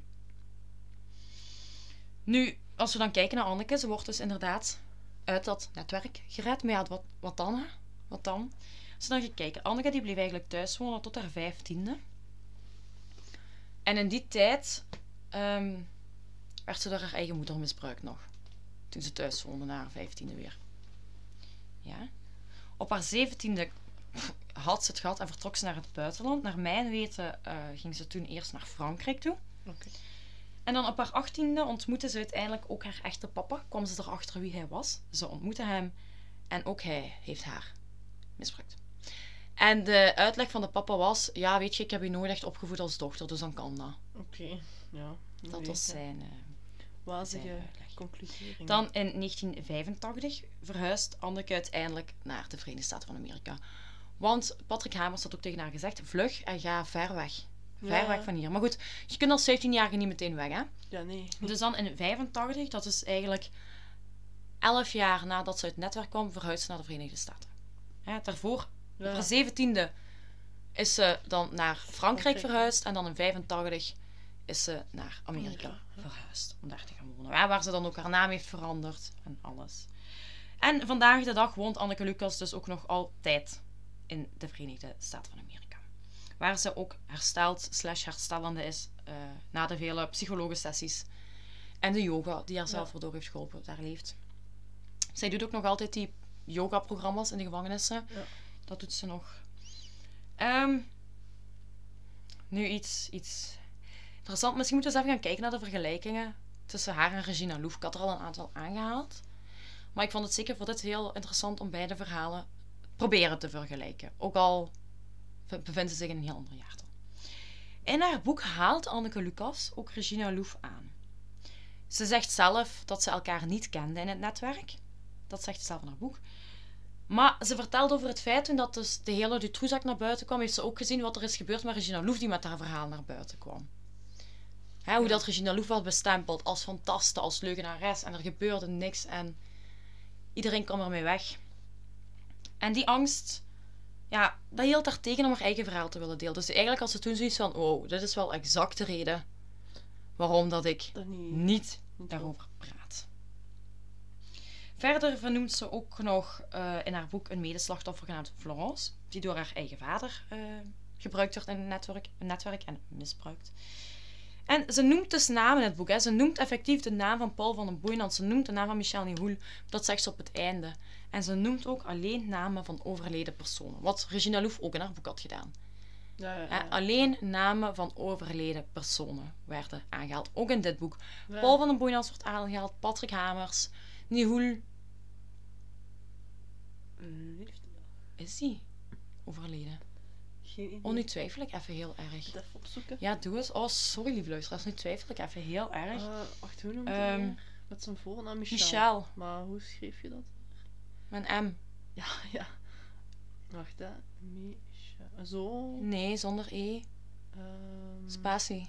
Nu, als we dan kijken naar Anneke, ze wordt dus inderdaad uit dat netwerk gered. Maar ja, wat, wat dan? Hè? Wat dan? Als we dan gaan kijken, Anneke die bleef eigenlijk thuis wonen tot haar vijftiende. En in die tijd um, werd ze door haar eigen moeder misbruikt nog. Toen ze thuis woonde na haar vijftiende weer. Ja. Op haar zeventiende had ze het gehad en vertrok ze naar het buitenland. Naar mijn weten uh, ging ze toen eerst naar Frankrijk toe. Okay. En dan op haar achttiende ontmoette ze uiteindelijk ook haar echte papa. Kwam ze erachter wie hij was. Ze ontmoette hem en ook hij heeft haar misbruikt. En de uitleg van de papa was, ja weet je, ik heb je nooit echt opgevoed als dochter, dus dan kan dat. Oké, okay. Ja. Dat weet, was zijn... Uh, wazige conclusie. Dan in negentien vijfentachtig verhuist Anneke uiteindelijk naar de Verenigde Staten van Amerika. Want Patrick Hamers had ook tegen haar gezegd, vlug en ga ver weg. Ver ja. weg van hier. Maar goed, je kunt als vijftienjarige niet meteen weg, hè? Ja, nee. Dus dan in vijfentachtig, dat is eigenlijk elf jaar nadat ze uit het netwerk kwam, verhuisd ze naar de Verenigde Staten. Hè, daarvoor, ja. op haar zeventiende, is ze dan naar Frankrijk, Frankrijk verhuisd. En dan in vijfentachtig is ze naar Amerika ja. verhuisd. Om daar te gaan wonen. Ja, waar ze dan ook haar naam heeft veranderd. En alles. En vandaag de dag woont Anneke Lucas dus ook nog altijd in de Verenigde Staten van Amerika. Waar ze ook hersteld slash herstellende is uh, na de vele psychologische-sessies en de yoga die haar zelf ja. door heeft geholpen, daar leeft. Zij doet ook nog altijd die yoga-programma's in de gevangenissen. Ja. Dat doet ze nog. Um, nu iets, iets interessant. Misschien moeten we eens even gaan kijken naar de vergelijkingen tussen haar en Regina Louf. Ik had er al een aantal aangehaald. Maar ik vond het zeker voor dit heel interessant om beide verhalen proberen te vergelijken. Ook al bevindt ze zich in een heel ander jaartal. In haar boek haalt Anneke Lucas ook Regina Louf aan. Ze zegt zelf dat ze elkaar niet kenden in het netwerk. Dat zegt ze zelf in haar boek. Maar ze vertelt over het feit toen dat dus de hele Dutroux-zaak naar buiten kwam, heeft ze ook gezien wat er is gebeurd met Regina Louf die met haar verhaal naar buiten kwam. Hè, hoe dat Regina Louf werd bestempeld als fantaste, als leugenares en er gebeurde niks en iedereen kwam ermee weg. En die angst, ja, dat hield haar tegen om haar eigen verhaal te willen delen. Dus eigenlijk had ze toen zoiets van, oh, dit is wel exact de reden waarom dat ik Dat niet, niet niet daarover praat. Verder vernoemt ze ook nog uh, in haar boek een medeslachtoffer genaamd Florence, die door haar eigen vader uh, gebruikt wordt in het netwerk, netwerk en misbruikt. En ze noemt dus namen in het boek. Hè. Ze noemt effectief de naam van Paul van den Boeynant. Ze noemt de naam van Michel Nihoul. Dat zegt ze op het einde. En ze noemt ook alleen namen van overleden personen. Wat Regina Louf ook in haar boek had gedaan. Ja, ja, ja. Alleen namen van overleden personen werden aangehaald. Ook in dit boek. Ja. Paul van den Boeynant wordt aangehaald. Patrick Hamers. Nihoul. Leeft Is die overleden? geen idee. Oh, nu twijfel ik even heel erg. Even opzoeken. Ja, doe eens. Oh, sorry lieve luisteraars. Nu twijfel ik even heel erg. Uh, wacht, hoe noemt Ehm, hij weer? Met zijn voornaam Michel. Michel. Maar hoe schreef je dat? Met een M. Ja, ja. Wacht, hè. Michel. Zo. Nee, zonder E. Ehm, Spatie.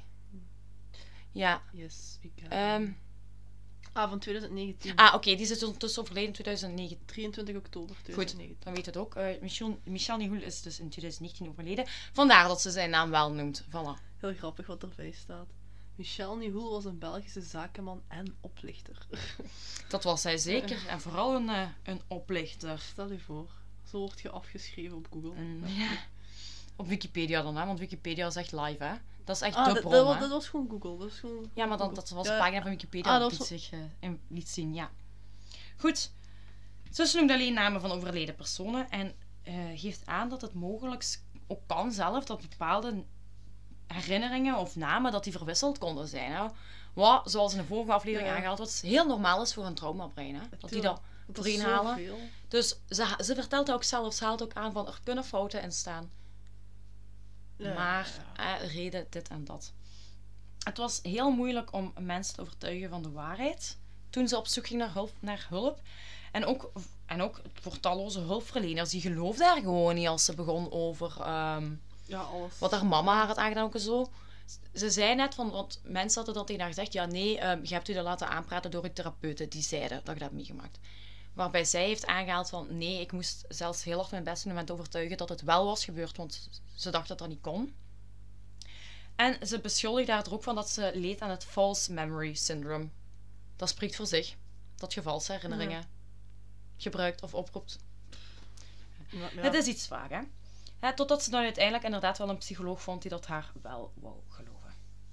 Ja. yes, ik heb ehm hem. Ah, van twintig negentien. ah, oké. Okay, die is ondertussen overleden in twintig negentien. drieëntwintig oktober Goed, twintig negentien. dan weet het ook. Uh, Michel, Michel Nihoul is dus in twintig negentien overleden. Vandaar dat ze zijn naam wel noemt. Voilà. Heel grappig wat erbij staat. Michel Nihoul was een Belgische zakenman en oplichter. Dat was hij zeker. En vooral een, uh, een oplichter. Stel je voor. Zo word je afgeschreven op Google. En, ja. Op Wikipedia dan, hè? Want Wikipedia is echt live, hè? Dat is echt Ah, de dat, bron, dat, hè? dat was gewoon Google. Dat was gewoon Ja, maar dan, Google. dat was Ja. een pagina van Wikipedia Ah, dat dat liet was- zich uh, in, liet zien, ja. Goed. Ze noemt alleen namen van overleden personen en uh, geeft aan dat het mogelijk ook kan zelf dat bepaalde herinneringen of namen dat die verwisseld konden zijn. Hè? Wat, zoals in de vorige aflevering Ja. aangehaald wordt, heel normaal is voor een traumabrein. Hè? Dat die dat Dat is erin halen. zoveel. Dus ze, ze vertelt dat ook zelf. Ze haalt ook aan van er kunnen fouten in staan. Ja, Maar ja. eh, reden dit en dat. Het was heel moeilijk om mensen te overtuigen van de waarheid toen ze op zoek ging naar hulp. Naar hulp. En, ook, en ook voor talloze hulpverleners, die geloofden haar gewoon niet als ze begon over ehm, Ja, alles. wat haar mama haar had aangedaan ook en zo. Ze zei net, van, want mensen hadden dat tegen haar gezegd, ja nee, um, je hebt u dat laten aanpraten door uw therapeuten, die zeiden dat je dat hebt meegemaakt. Waarbij zij heeft aangehaald van, nee, ik moest zelfs heel hard mijn best doen om hen te overtuigen dat het wel was gebeurd, want ze dacht dat dat niet kon. En ze beschuldigde haar er ook van dat ze leed aan het false memory syndrome. Dat spreekt voor zich. Dat je valse herinneringen Ja. gebruikt of oproept. Ja, ja. Het is iets vaag, hè? Hè, totdat ze dan uiteindelijk inderdaad wel een psycholoog vond die dat haar wel wou geloven.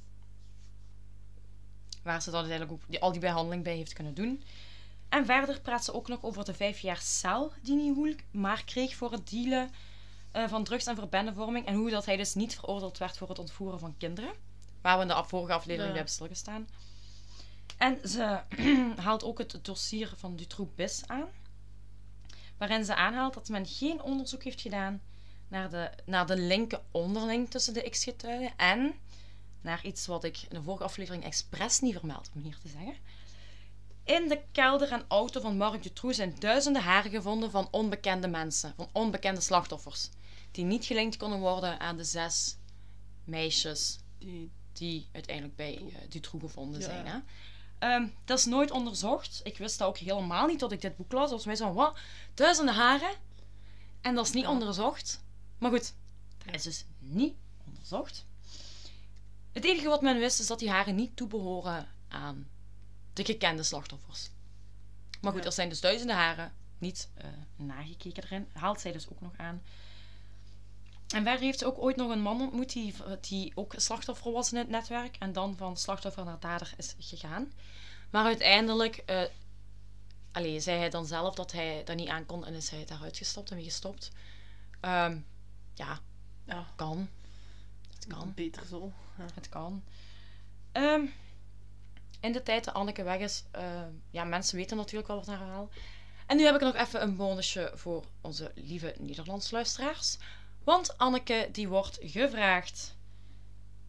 Waar ze dan uiteindelijk ook die, al die behandeling bij heeft kunnen doen. En verder praat ze ook nog over de vijf jaar cel die Nihoul maar kreeg voor het dealen uh, van drugs en verbendevorming. En hoe dat hij dus niet veroordeeld werd voor het ontvoeren van kinderen. Waar we in de vorige aflevering Ja. bij hebben stilgestaan. En ze haalt ook het dossier van Dutroux-Bis aan. Waarin ze aanhaalt dat men geen onderzoek heeft gedaan naar de, naar de linken onderling tussen de x-getuigen en naar iets wat ik in de vorige aflevering expres niet vermeld, om hier te zeggen. In de kelder en auto van Marc Dutroux zijn duizenden haren gevonden van onbekende mensen, van onbekende slachtoffers, die niet gelinkt konden worden aan de zes meisjes Die, die uiteindelijk bij uh, Dutroux gevonden Ja. zijn. Hè. Um, dat is nooit onderzocht. Ik wist dat ook helemaal niet tot ik dit boek las. Dat was mij zo van, wat? Duizenden haren? En dat is niet Ja. onderzocht. Maar goed, dat is dus niet onderzocht. Het enige wat men wist is dat die haren niet toebehoren aan de gekende slachtoffers. Maar goed, Ja. er zijn dus duizenden haren niet uh, nagekeken erin. Haalt zij dus ook nog aan. En verder heeft ze ook ooit nog een man ontmoet die, die ook slachtoffer was in het netwerk. En dan van slachtoffer naar dader is gegaan. Maar uiteindelijk uh, allee, zei hij dan zelf dat hij dat niet aan kon en is hij daaruit gestapt en weer gestopt. Um, ja, ja, kan. Het kan. beter zo. Ja. Het kan. Um, in de tijd dat Anneke weg is, uh, ja, mensen weten natuurlijk wel wat haar verhaal. En nu heb ik nog even een bonusje voor onze lieve Nederlands luisteraars. Want Anneke die wordt gevraagd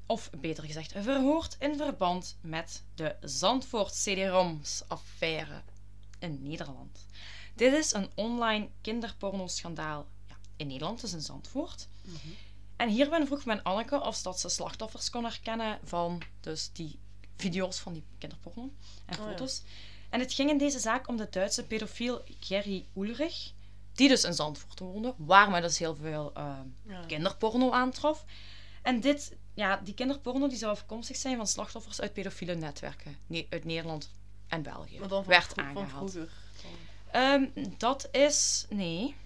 of beter gezegd verhoord in verband met de Zandvoort C D-ROMs-affaire in Nederland. Dit is een online kinderpornoschandaal ja, in Nederland, dus in Zandvoort. Mhm. En hierbij vroeg men Anneke of dat ze slachtoffers kon herkennen van dus die video's van die kinderporno en Oh, foto's. Ja. En het ging in deze zaak om de Duitse pedofiel Gerry Ulrich, die dus in Zandvoort woonde, waar men dus heel veel uh, ja. kinderporno aantrof. En dit, ja, die kinderporno die zou afkomstig zijn van slachtoffers uit pedofiele netwerken ne- uit Nederland en België. Maar dan van werd vro- aangehaald. Van vroeger. Um, dat is... Nee.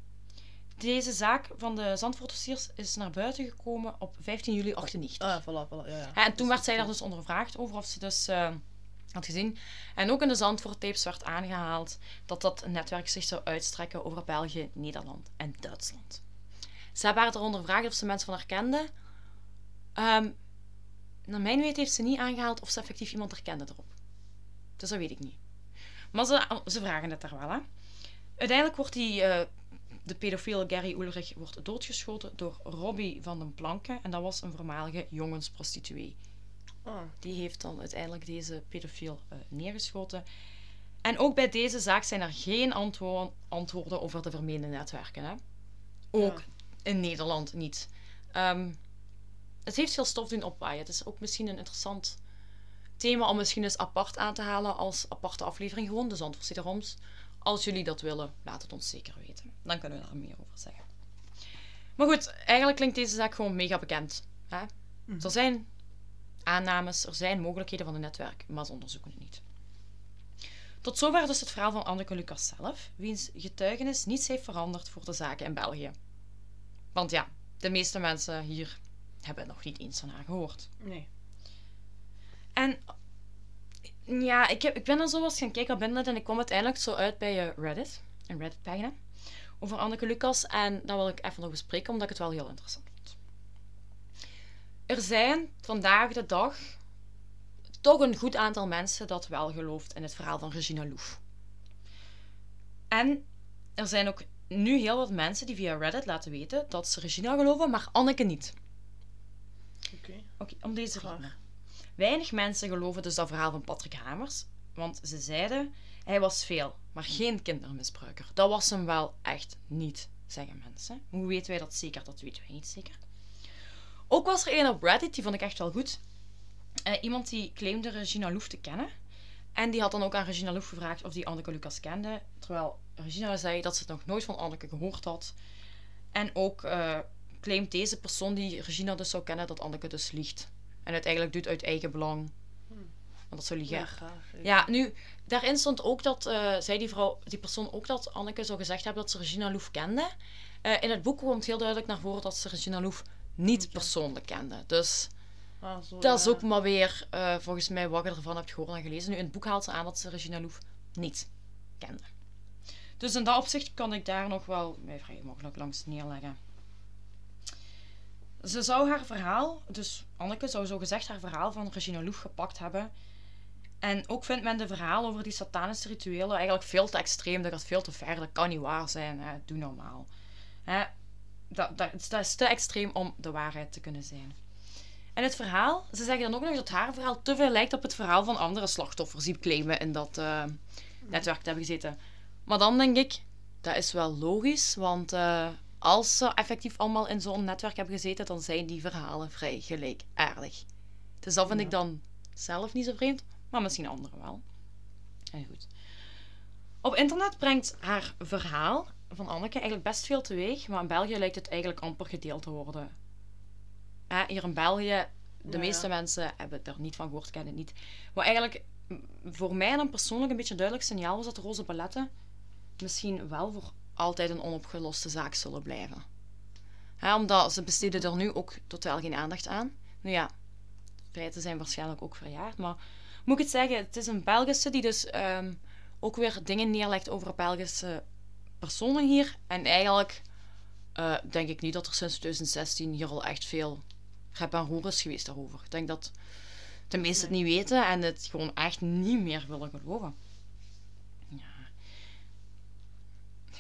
Deze zaak van de Zandvoorters is naar buiten gekomen op vijftien juli achtennegentig. Ah, voilà, voilà. Ja, ja. Ja, en toen werd zij daar dus ondervraagd over of ze dus uh, had gezien. En ook in de Zandvoort-tapes werd aangehaald dat dat netwerk zich zou uitstrekken over België, Nederland en Duitsland. Ze hebben haar er ondervraagd of ze mensen van herkende. Um, naar mijn weten heeft ze niet aangehaald of ze effectief iemand herkende erop. Dus dat weet ik niet. Maar ze, ze vragen het daar wel, hè. Uiteindelijk wordt die... Uh, De pedofiel Gerry Ulrich wordt doodgeschoten door Robbie van den Planke. En dat was een voormalige jongensprostituee. Oh. Die heeft dan uiteindelijk deze pedofiel uh, neergeschoten. En ook bij deze zaak zijn er geen antwo- antwoorden over de vermeende netwerken. Hè? Ook ja. in Nederland niet. Um, het heeft veel stof doen opwaaien. Het is ook misschien een interessant thema om misschien eens apart aan te halen als aparte aflevering. Gewoon de Zandvoortse C D-ROMs. Als jullie dat willen, laat het ons zeker weten. Dan kunnen we daar meer over zeggen. Maar goed, eigenlijk klinkt deze zaak gewoon mega bekend. Hè? Mm-hmm. Er zijn aannames, er zijn mogelijkheden van het netwerk, maar ze onderzoeken het niet. Tot zover dus het verhaal van Anneke Lucas zelf, wiens getuigenis niets heeft veranderd voor de zaken in België. Want ja, de meeste mensen hier hebben nog niet eens van haar gehoord. Nee. En... Ja, ik, heb, ik ben er zo eens gaan kijken op internet en ik kwam uiteindelijk zo uit bij uh, Reddit, een Reddit-pagina, over Anneke Lucas. En dat wil ik even nog bespreken, omdat ik het wel heel interessant vond. Er zijn vandaag de dag toch een goed aantal mensen dat wel gelooft in het verhaal van Regina Louf. En er zijn ook nu heel wat mensen die via Reddit laten weten dat ze Regina geloven, maar Anneke niet. Oké. Okay. Oké, okay, om deze reden. Weinig mensen geloven dus dat verhaal van Patrick Hamers, want ze zeiden, hij was veel, maar geen kindermisbruiker. Dat was hem wel echt niet, zeggen mensen. Hoe weten wij dat zeker? Dat weten wij niet zeker. Ook was er een op Reddit, die vond ik echt wel goed. Uh, iemand die claimde Regina Louf te kennen. En die had dan ook aan Regina Louf gevraagd of die Anneke Lucas kende, terwijl Regina zei dat ze het nog nooit van Anneke gehoord had. En ook uh, claimt deze persoon die Regina dus zou kennen, dat Anneke dus liegt. En het eigenlijk doet uit eigen belang. Want dat zou liegen. Ja, graag, ja, nu, daarin stond ook dat, uh, zei die vrouw, die persoon ook dat Anneke zou gezegd hebben dat ze Regina Louf kende. Uh, in het boek komt heel duidelijk naar voren dat ze Regina Louf niet okay. persoonlijk kende. Dus ah, zo, dat is ja. ook maar weer, uh, volgens mij, wat je ervan hebt gehoord en gelezen. Nu, in het boek haalt ze aan dat ze Regina Louf niet kende. Dus in dat opzicht kan ik daar nog wel mij vrij mogelijk langs neerleggen. Ze zou haar verhaal, dus Anneke zou zo gezegd haar verhaal van Regina Louf gepakt hebben. En ook vindt men de verhaal over die satanische rituelen eigenlijk veel te extreem. Dat gaat veel te ver, dat kan niet waar zijn. Hè. Doe normaal. Hè. Dat, dat, dat is te extreem om de waarheid te kunnen zijn. En het verhaal, ze zeggen dan ook nog dat haar verhaal te veel lijkt op het verhaal van andere slachtoffers die claimen in dat uh, netwerk te hebben gezeten. Maar dan denk ik, dat is wel logisch, want... Uh, Als ze effectief allemaal in zo'n netwerk hebben gezeten, dan zijn die verhalen vrij gelijkaardig. Dus dat vind ja. ik dan zelf niet zo vreemd, maar misschien anderen wel. En goed. Op internet brengt haar verhaal van Anneke eigenlijk best veel teweeg, maar in België lijkt het eigenlijk amper gedeeld te worden. Eh, hier in België, de ja, meeste ja. mensen hebben er niet van gehoord, kennen het niet. Maar eigenlijk voor mij dan persoonlijk een beetje een duidelijk signaal was dat de roze balletten misschien wel voor altijd een onopgeloste zaak zullen blijven. Ja, omdat ze besteden er nu ook totaal geen aandacht aan. Nu ja, feiten zijn waarschijnlijk ook verjaard, maar moet ik het zeggen, het is een Belgische die dus um, ook weer dingen neerlegt over Belgische personen hier. En eigenlijk uh, denk ik niet dat er sinds twintig zestien hier al echt veel rep en roer is geweest daarover. Ik denk dat de meesten het niet weten en het gewoon echt niet meer willen geloven. Ja.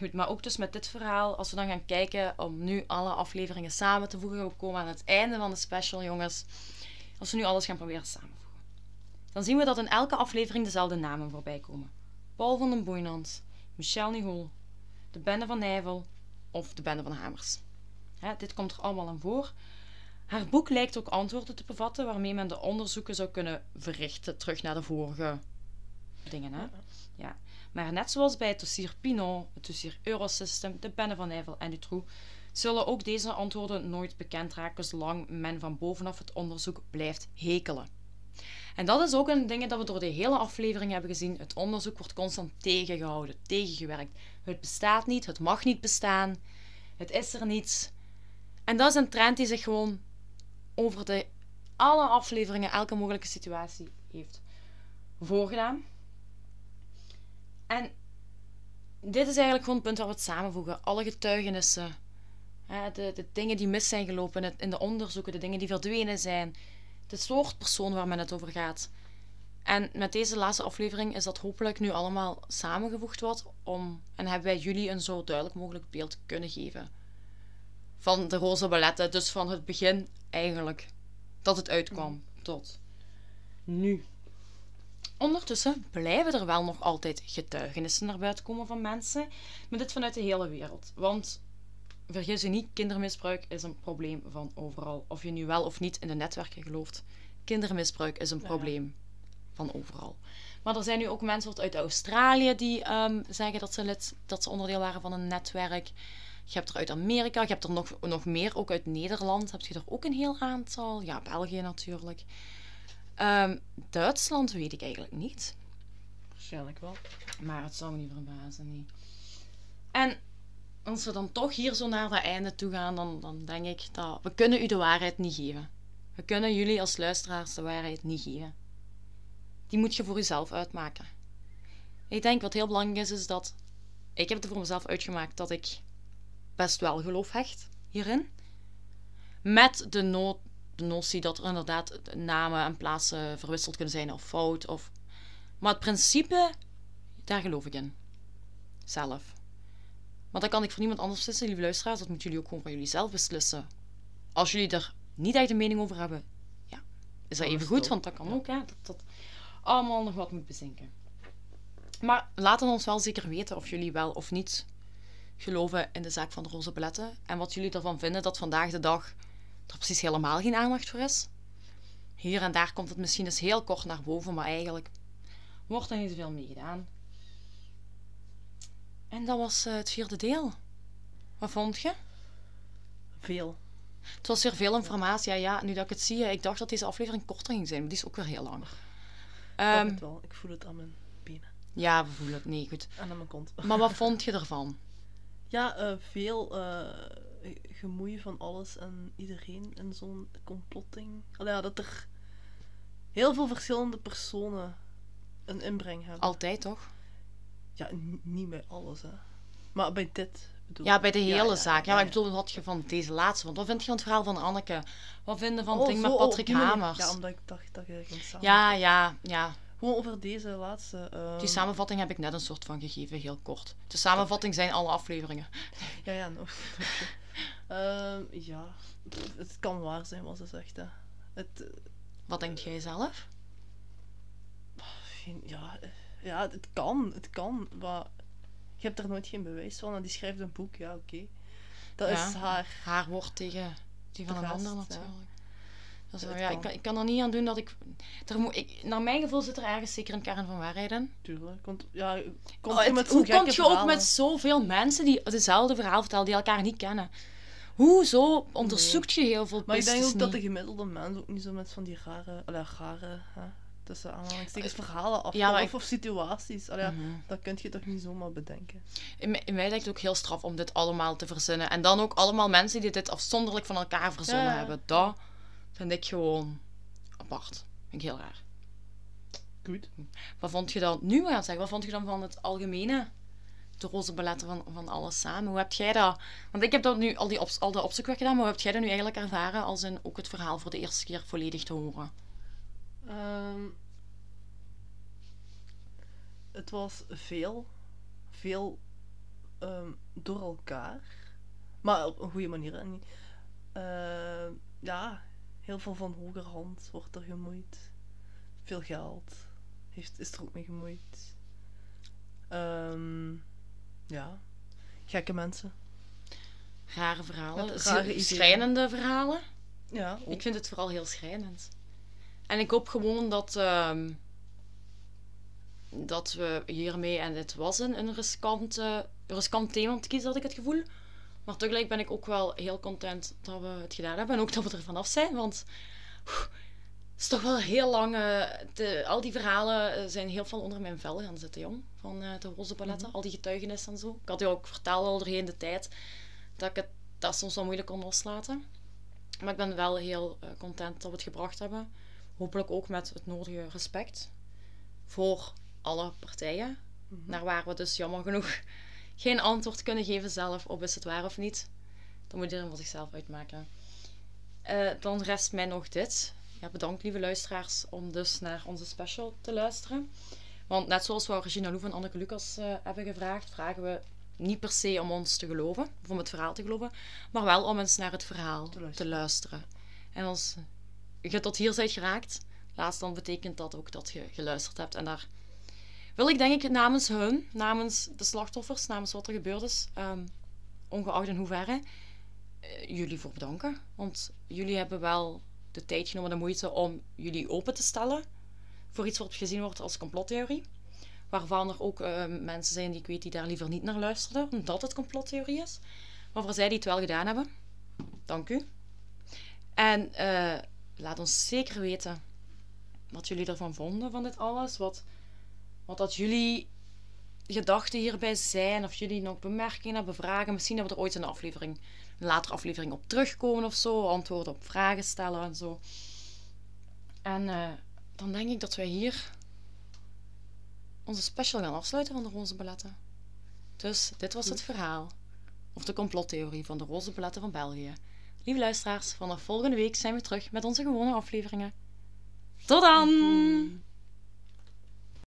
Goed, maar ook dus met dit verhaal, als we dan gaan kijken om nu alle afleveringen samen te voegen, we komen aan het einde van de special, jongens. Als we nu alles gaan proberen samenvoegen, dan zien we dat in elke aflevering dezelfde namen voorbij komen. Paul van den Boeinans, Michel Nihol, de Bende van Nijvel of de Bende van Hamers. Hè, dit komt er allemaal aan voor. Haar boek lijkt ook antwoorden te bevatten waarmee men de onderzoeken zou kunnen verrichten terug naar de vorige dingen. Hè? Ja. Maar net zoals bij het dossier Pinot, het dossier Eurosystem, de Bende van Nijvel en Dutroux, zullen ook deze antwoorden nooit bekend raken zolang men van bovenaf het onderzoek blijft hekelen. En dat is ook een ding dat we door de hele aflevering hebben gezien. Het onderzoek wordt constant tegengehouden, tegengewerkt. Het bestaat niet, het mag niet bestaan, het is er niet. En dat is een trend die zich gewoon over de alle afleveringen, elke mogelijke situatie heeft voorgedaan. En dit is eigenlijk gewoon het punt waar we het samenvoegen. Alle getuigenissen, de, de dingen die mis zijn gelopen in de onderzoeken, de dingen die verdwenen zijn, de soort persoon waar men het over gaat. En met deze laatste aflevering is dat hopelijk nu allemaal samengevoegd wat om, en hebben wij jullie een zo duidelijk mogelijk beeld kunnen geven van de roze balletten, dus van het begin eigenlijk, dat het uitkwam, tot nu. Ondertussen blijven er wel nog altijd getuigenissen naar buiten komen van mensen, maar dit vanuit de hele wereld. Want, vergis je niet, kindermisbruik is een probleem van overal. Of je nu wel of niet in de netwerken gelooft, kindermisbruik is een ja. probleem van overal. Maar er zijn nu ook mensen uit Australië die um, zeggen dat ze, lid, dat ze onderdeel waren van een netwerk. Je hebt er uit Amerika, je hebt er nog, nog meer, ook uit Nederland heb je er ook een heel aantal. Ja, België natuurlijk. Um, Duitsland weet ik eigenlijk niet. Waarschijnlijk wel. Maar het zou me niet verbazen, nee. En als we dan toch hier zo naar het einde toe gaan, dan, dan denk ik dat we kunnen u de waarheid niet geven. We kunnen jullie als luisteraars de waarheid niet geven. Die moet je voor jezelf uitmaken. Ik denk wat heel belangrijk is, is dat ik heb het voor mezelf uitgemaakt dat ik best wel geloof hecht hierin. Met de, no- de notie dat er inderdaad namen en plaatsen verwisseld kunnen zijn of fout. Of... Maar het principe, daar geloof ik in. Zelf. Maar dat kan ik voor niemand anders beslissen, lieve luisteraars. Dat moeten jullie ook gewoon voor jullie zelf beslissen. Als jullie er niet echt een mening over hebben, ja, is dat even goed, want dat kan ook, hè. Dat dat allemaal nog wat moet bezinken. Maar laten ons wel zeker weten of jullie wel of niet geloven in de zaak van de roze balletten. En wat jullie ervan vinden dat vandaag de dag er precies helemaal geen aandacht voor is. Hier en daar komt het misschien eens heel kort naar boven, maar eigenlijk wordt er niet zoveel mee gedaan. En dat was uh, het vierde deel. Wat vond je? Veel. Het was weer veel informatie. Ja, ja, nu dat ik het zie, ik dacht dat deze aflevering korter ging zijn, maar die is ook weer heel lang. Um, ik, het wel. Ik voel het aan mijn benen. Ja, we voelen het. Nee, goed. En aan mijn kont. Maar wat vond je ervan? Ja, uh, veel uh, gemoei van alles en iedereen in zo'n complotding. Allee, ja, dat er heel veel verschillende personen een inbreng hebben. Altijd, toch? Ja, n- niet bij alles, hè. Maar bij dit bedoel Ja, bij de hele ja, ja, zaak. Ja, ja, maar ja. ik bedoel, wat had je van deze laatste? Want wat vind je van het verhaal van Anneke? Wat vinden van het oh, ding zo, met Patrick oh, Hamers? Ja, omdat ik dacht dat je ging samen. Ja, ja, ja. Gewoon over deze laatste... Uh... Die samenvatting heb ik net een soort van gegeven, heel kort. De samenvatting zijn alle afleveringen. Ja, ja, nog. uh, ja, Pff, het kan waar zijn wat ze zegt, hè. Het, uh, wat denk jij zelf? Ja, ja, het kan, het kan, maar je hebt er nooit geen bewijs van en die schrijft een boek, ja, oké. Okay. Dat ja, is haar... Haar woord tegen die van een rest, ander natuurlijk. Ja. Dat is wel, ja, kan. Ik, kan, ik kan er niet aan doen dat ik... Er moet, ik... Naar mijn gevoel zit er ergens zeker een kern van waarheid in. Tuurlijk. Komt, ja, komt oh, je met het, hoe kom je ook met zoveel mensen die hetzelfde verhaal vertellen, die elkaar niet kennen? Hoezo onderzoekt nee. je heel veel Maar ik denk ook niet? dat de gemiddelde mens ook niet zo met van die rare... Allee, rare... Hè? Tussen aanhalingstekens verhalen af ja, ik... of situaties. Allee, mm-hmm. Dat kun je toch niet zomaar bedenken. In, in mij lijkt het ook heel straf om dit allemaal te verzinnen. En dan ook allemaal mensen die dit afzonderlijk van elkaar verzonnen ja. hebben. Dat vind ik gewoon apart. Vind ik heel raar. Goed. Wat vond je dan, nu maar gaan zeggen, wat vond je dan van het algemene, de roze balletten van, van alles samen? Hoe heb jij dat, want ik heb dat nu al, die op, al de opzoekwerk gedaan, maar hoe heb jij dat nu eigenlijk ervaren als in ook het verhaal voor de eerste keer volledig te horen? Um, het was veel, veel um, door elkaar. Maar op een goede manier. Hè? Niet. Uh, ja, heel veel van hoger hand wordt er gemoeid. Veel geld heeft, is er ook mee gemoeid. Um, ja, gekke mensen. Rare verhalen. Met rare schrijnende verhalen. Ja, ook. Ik vind het vooral heel schrijnend. En ik hoop gewoon dat... Um, dat we hiermee... En het was een, een riskant, uh, riskant thema om te kiezen, had ik het gevoel. Maar tegelijk ben ik ook wel heel content dat we het gedaan hebben. En ook dat we er vanaf zijn. Want... Oef, het is toch wel heel lang... Uh, de, al die verhalen zijn heel veel onder mijn vel gaan zitten, jong. Van uh, de roze balletten. Mm-hmm. Al die getuigenissen en zo. Ik had u ook verteld al doorheen de tijd... dat ik het dat soms wel moeilijk kon loslaten. Maar ik ben wel heel uh, content dat we het gebracht hebben. Hopelijk ook met het nodige respect. Voor alle partijen. Mm-hmm. Naar waar we dus jammer genoeg geen antwoord kunnen geven zelf op is het waar of niet. Dan moet iedereen voor zichzelf uitmaken. Uh, dan rest mij nog dit. Ja, bedankt lieve luisteraars om dus naar onze special te luisteren. Want net zoals we Regina Loef en Anneke Lucas uh, hebben gevraagd, vragen we niet per se om ons te geloven, of om het verhaal te geloven, maar wel om eens naar het verhaal te luisteren. Te luisteren. En als je tot hier bent geraakt, laatst dan betekent dat ook dat je geluisterd hebt. En daar wil ik denk ik namens hun, namens de slachtoffers, namens wat er gebeurd is, um, ongeacht in hoeverre, uh, jullie voor bedanken. Want jullie hebben wel de tijd genomen, de moeite om jullie open te stellen voor iets wat gezien wordt als complottheorie. Waarvan er ook uh, mensen zijn die ik weet die daar liever niet naar luisterden, omdat het complottheorie is. Maar voor zij die het wel gedaan hebben, dank u. En uh, laat ons zeker weten wat jullie ervan vonden, van dit alles. Wat, wat dat jullie gedachten hierbij zijn, of jullie nog bemerkingen hebben, vragen. Misschien dat we er ooit een aflevering, een latere aflevering op terugkomen of zo, antwoorden op vragen stellen en zo. En uh, dan denk ik dat wij hier onze special gaan afsluiten van de roze balletten. Dus dit was het verhaal. Of de complottheorie van de roze balletten van België. Lieve luisteraars, vanaf volgende week zijn we terug met onze gewone afleveringen. Tot dan!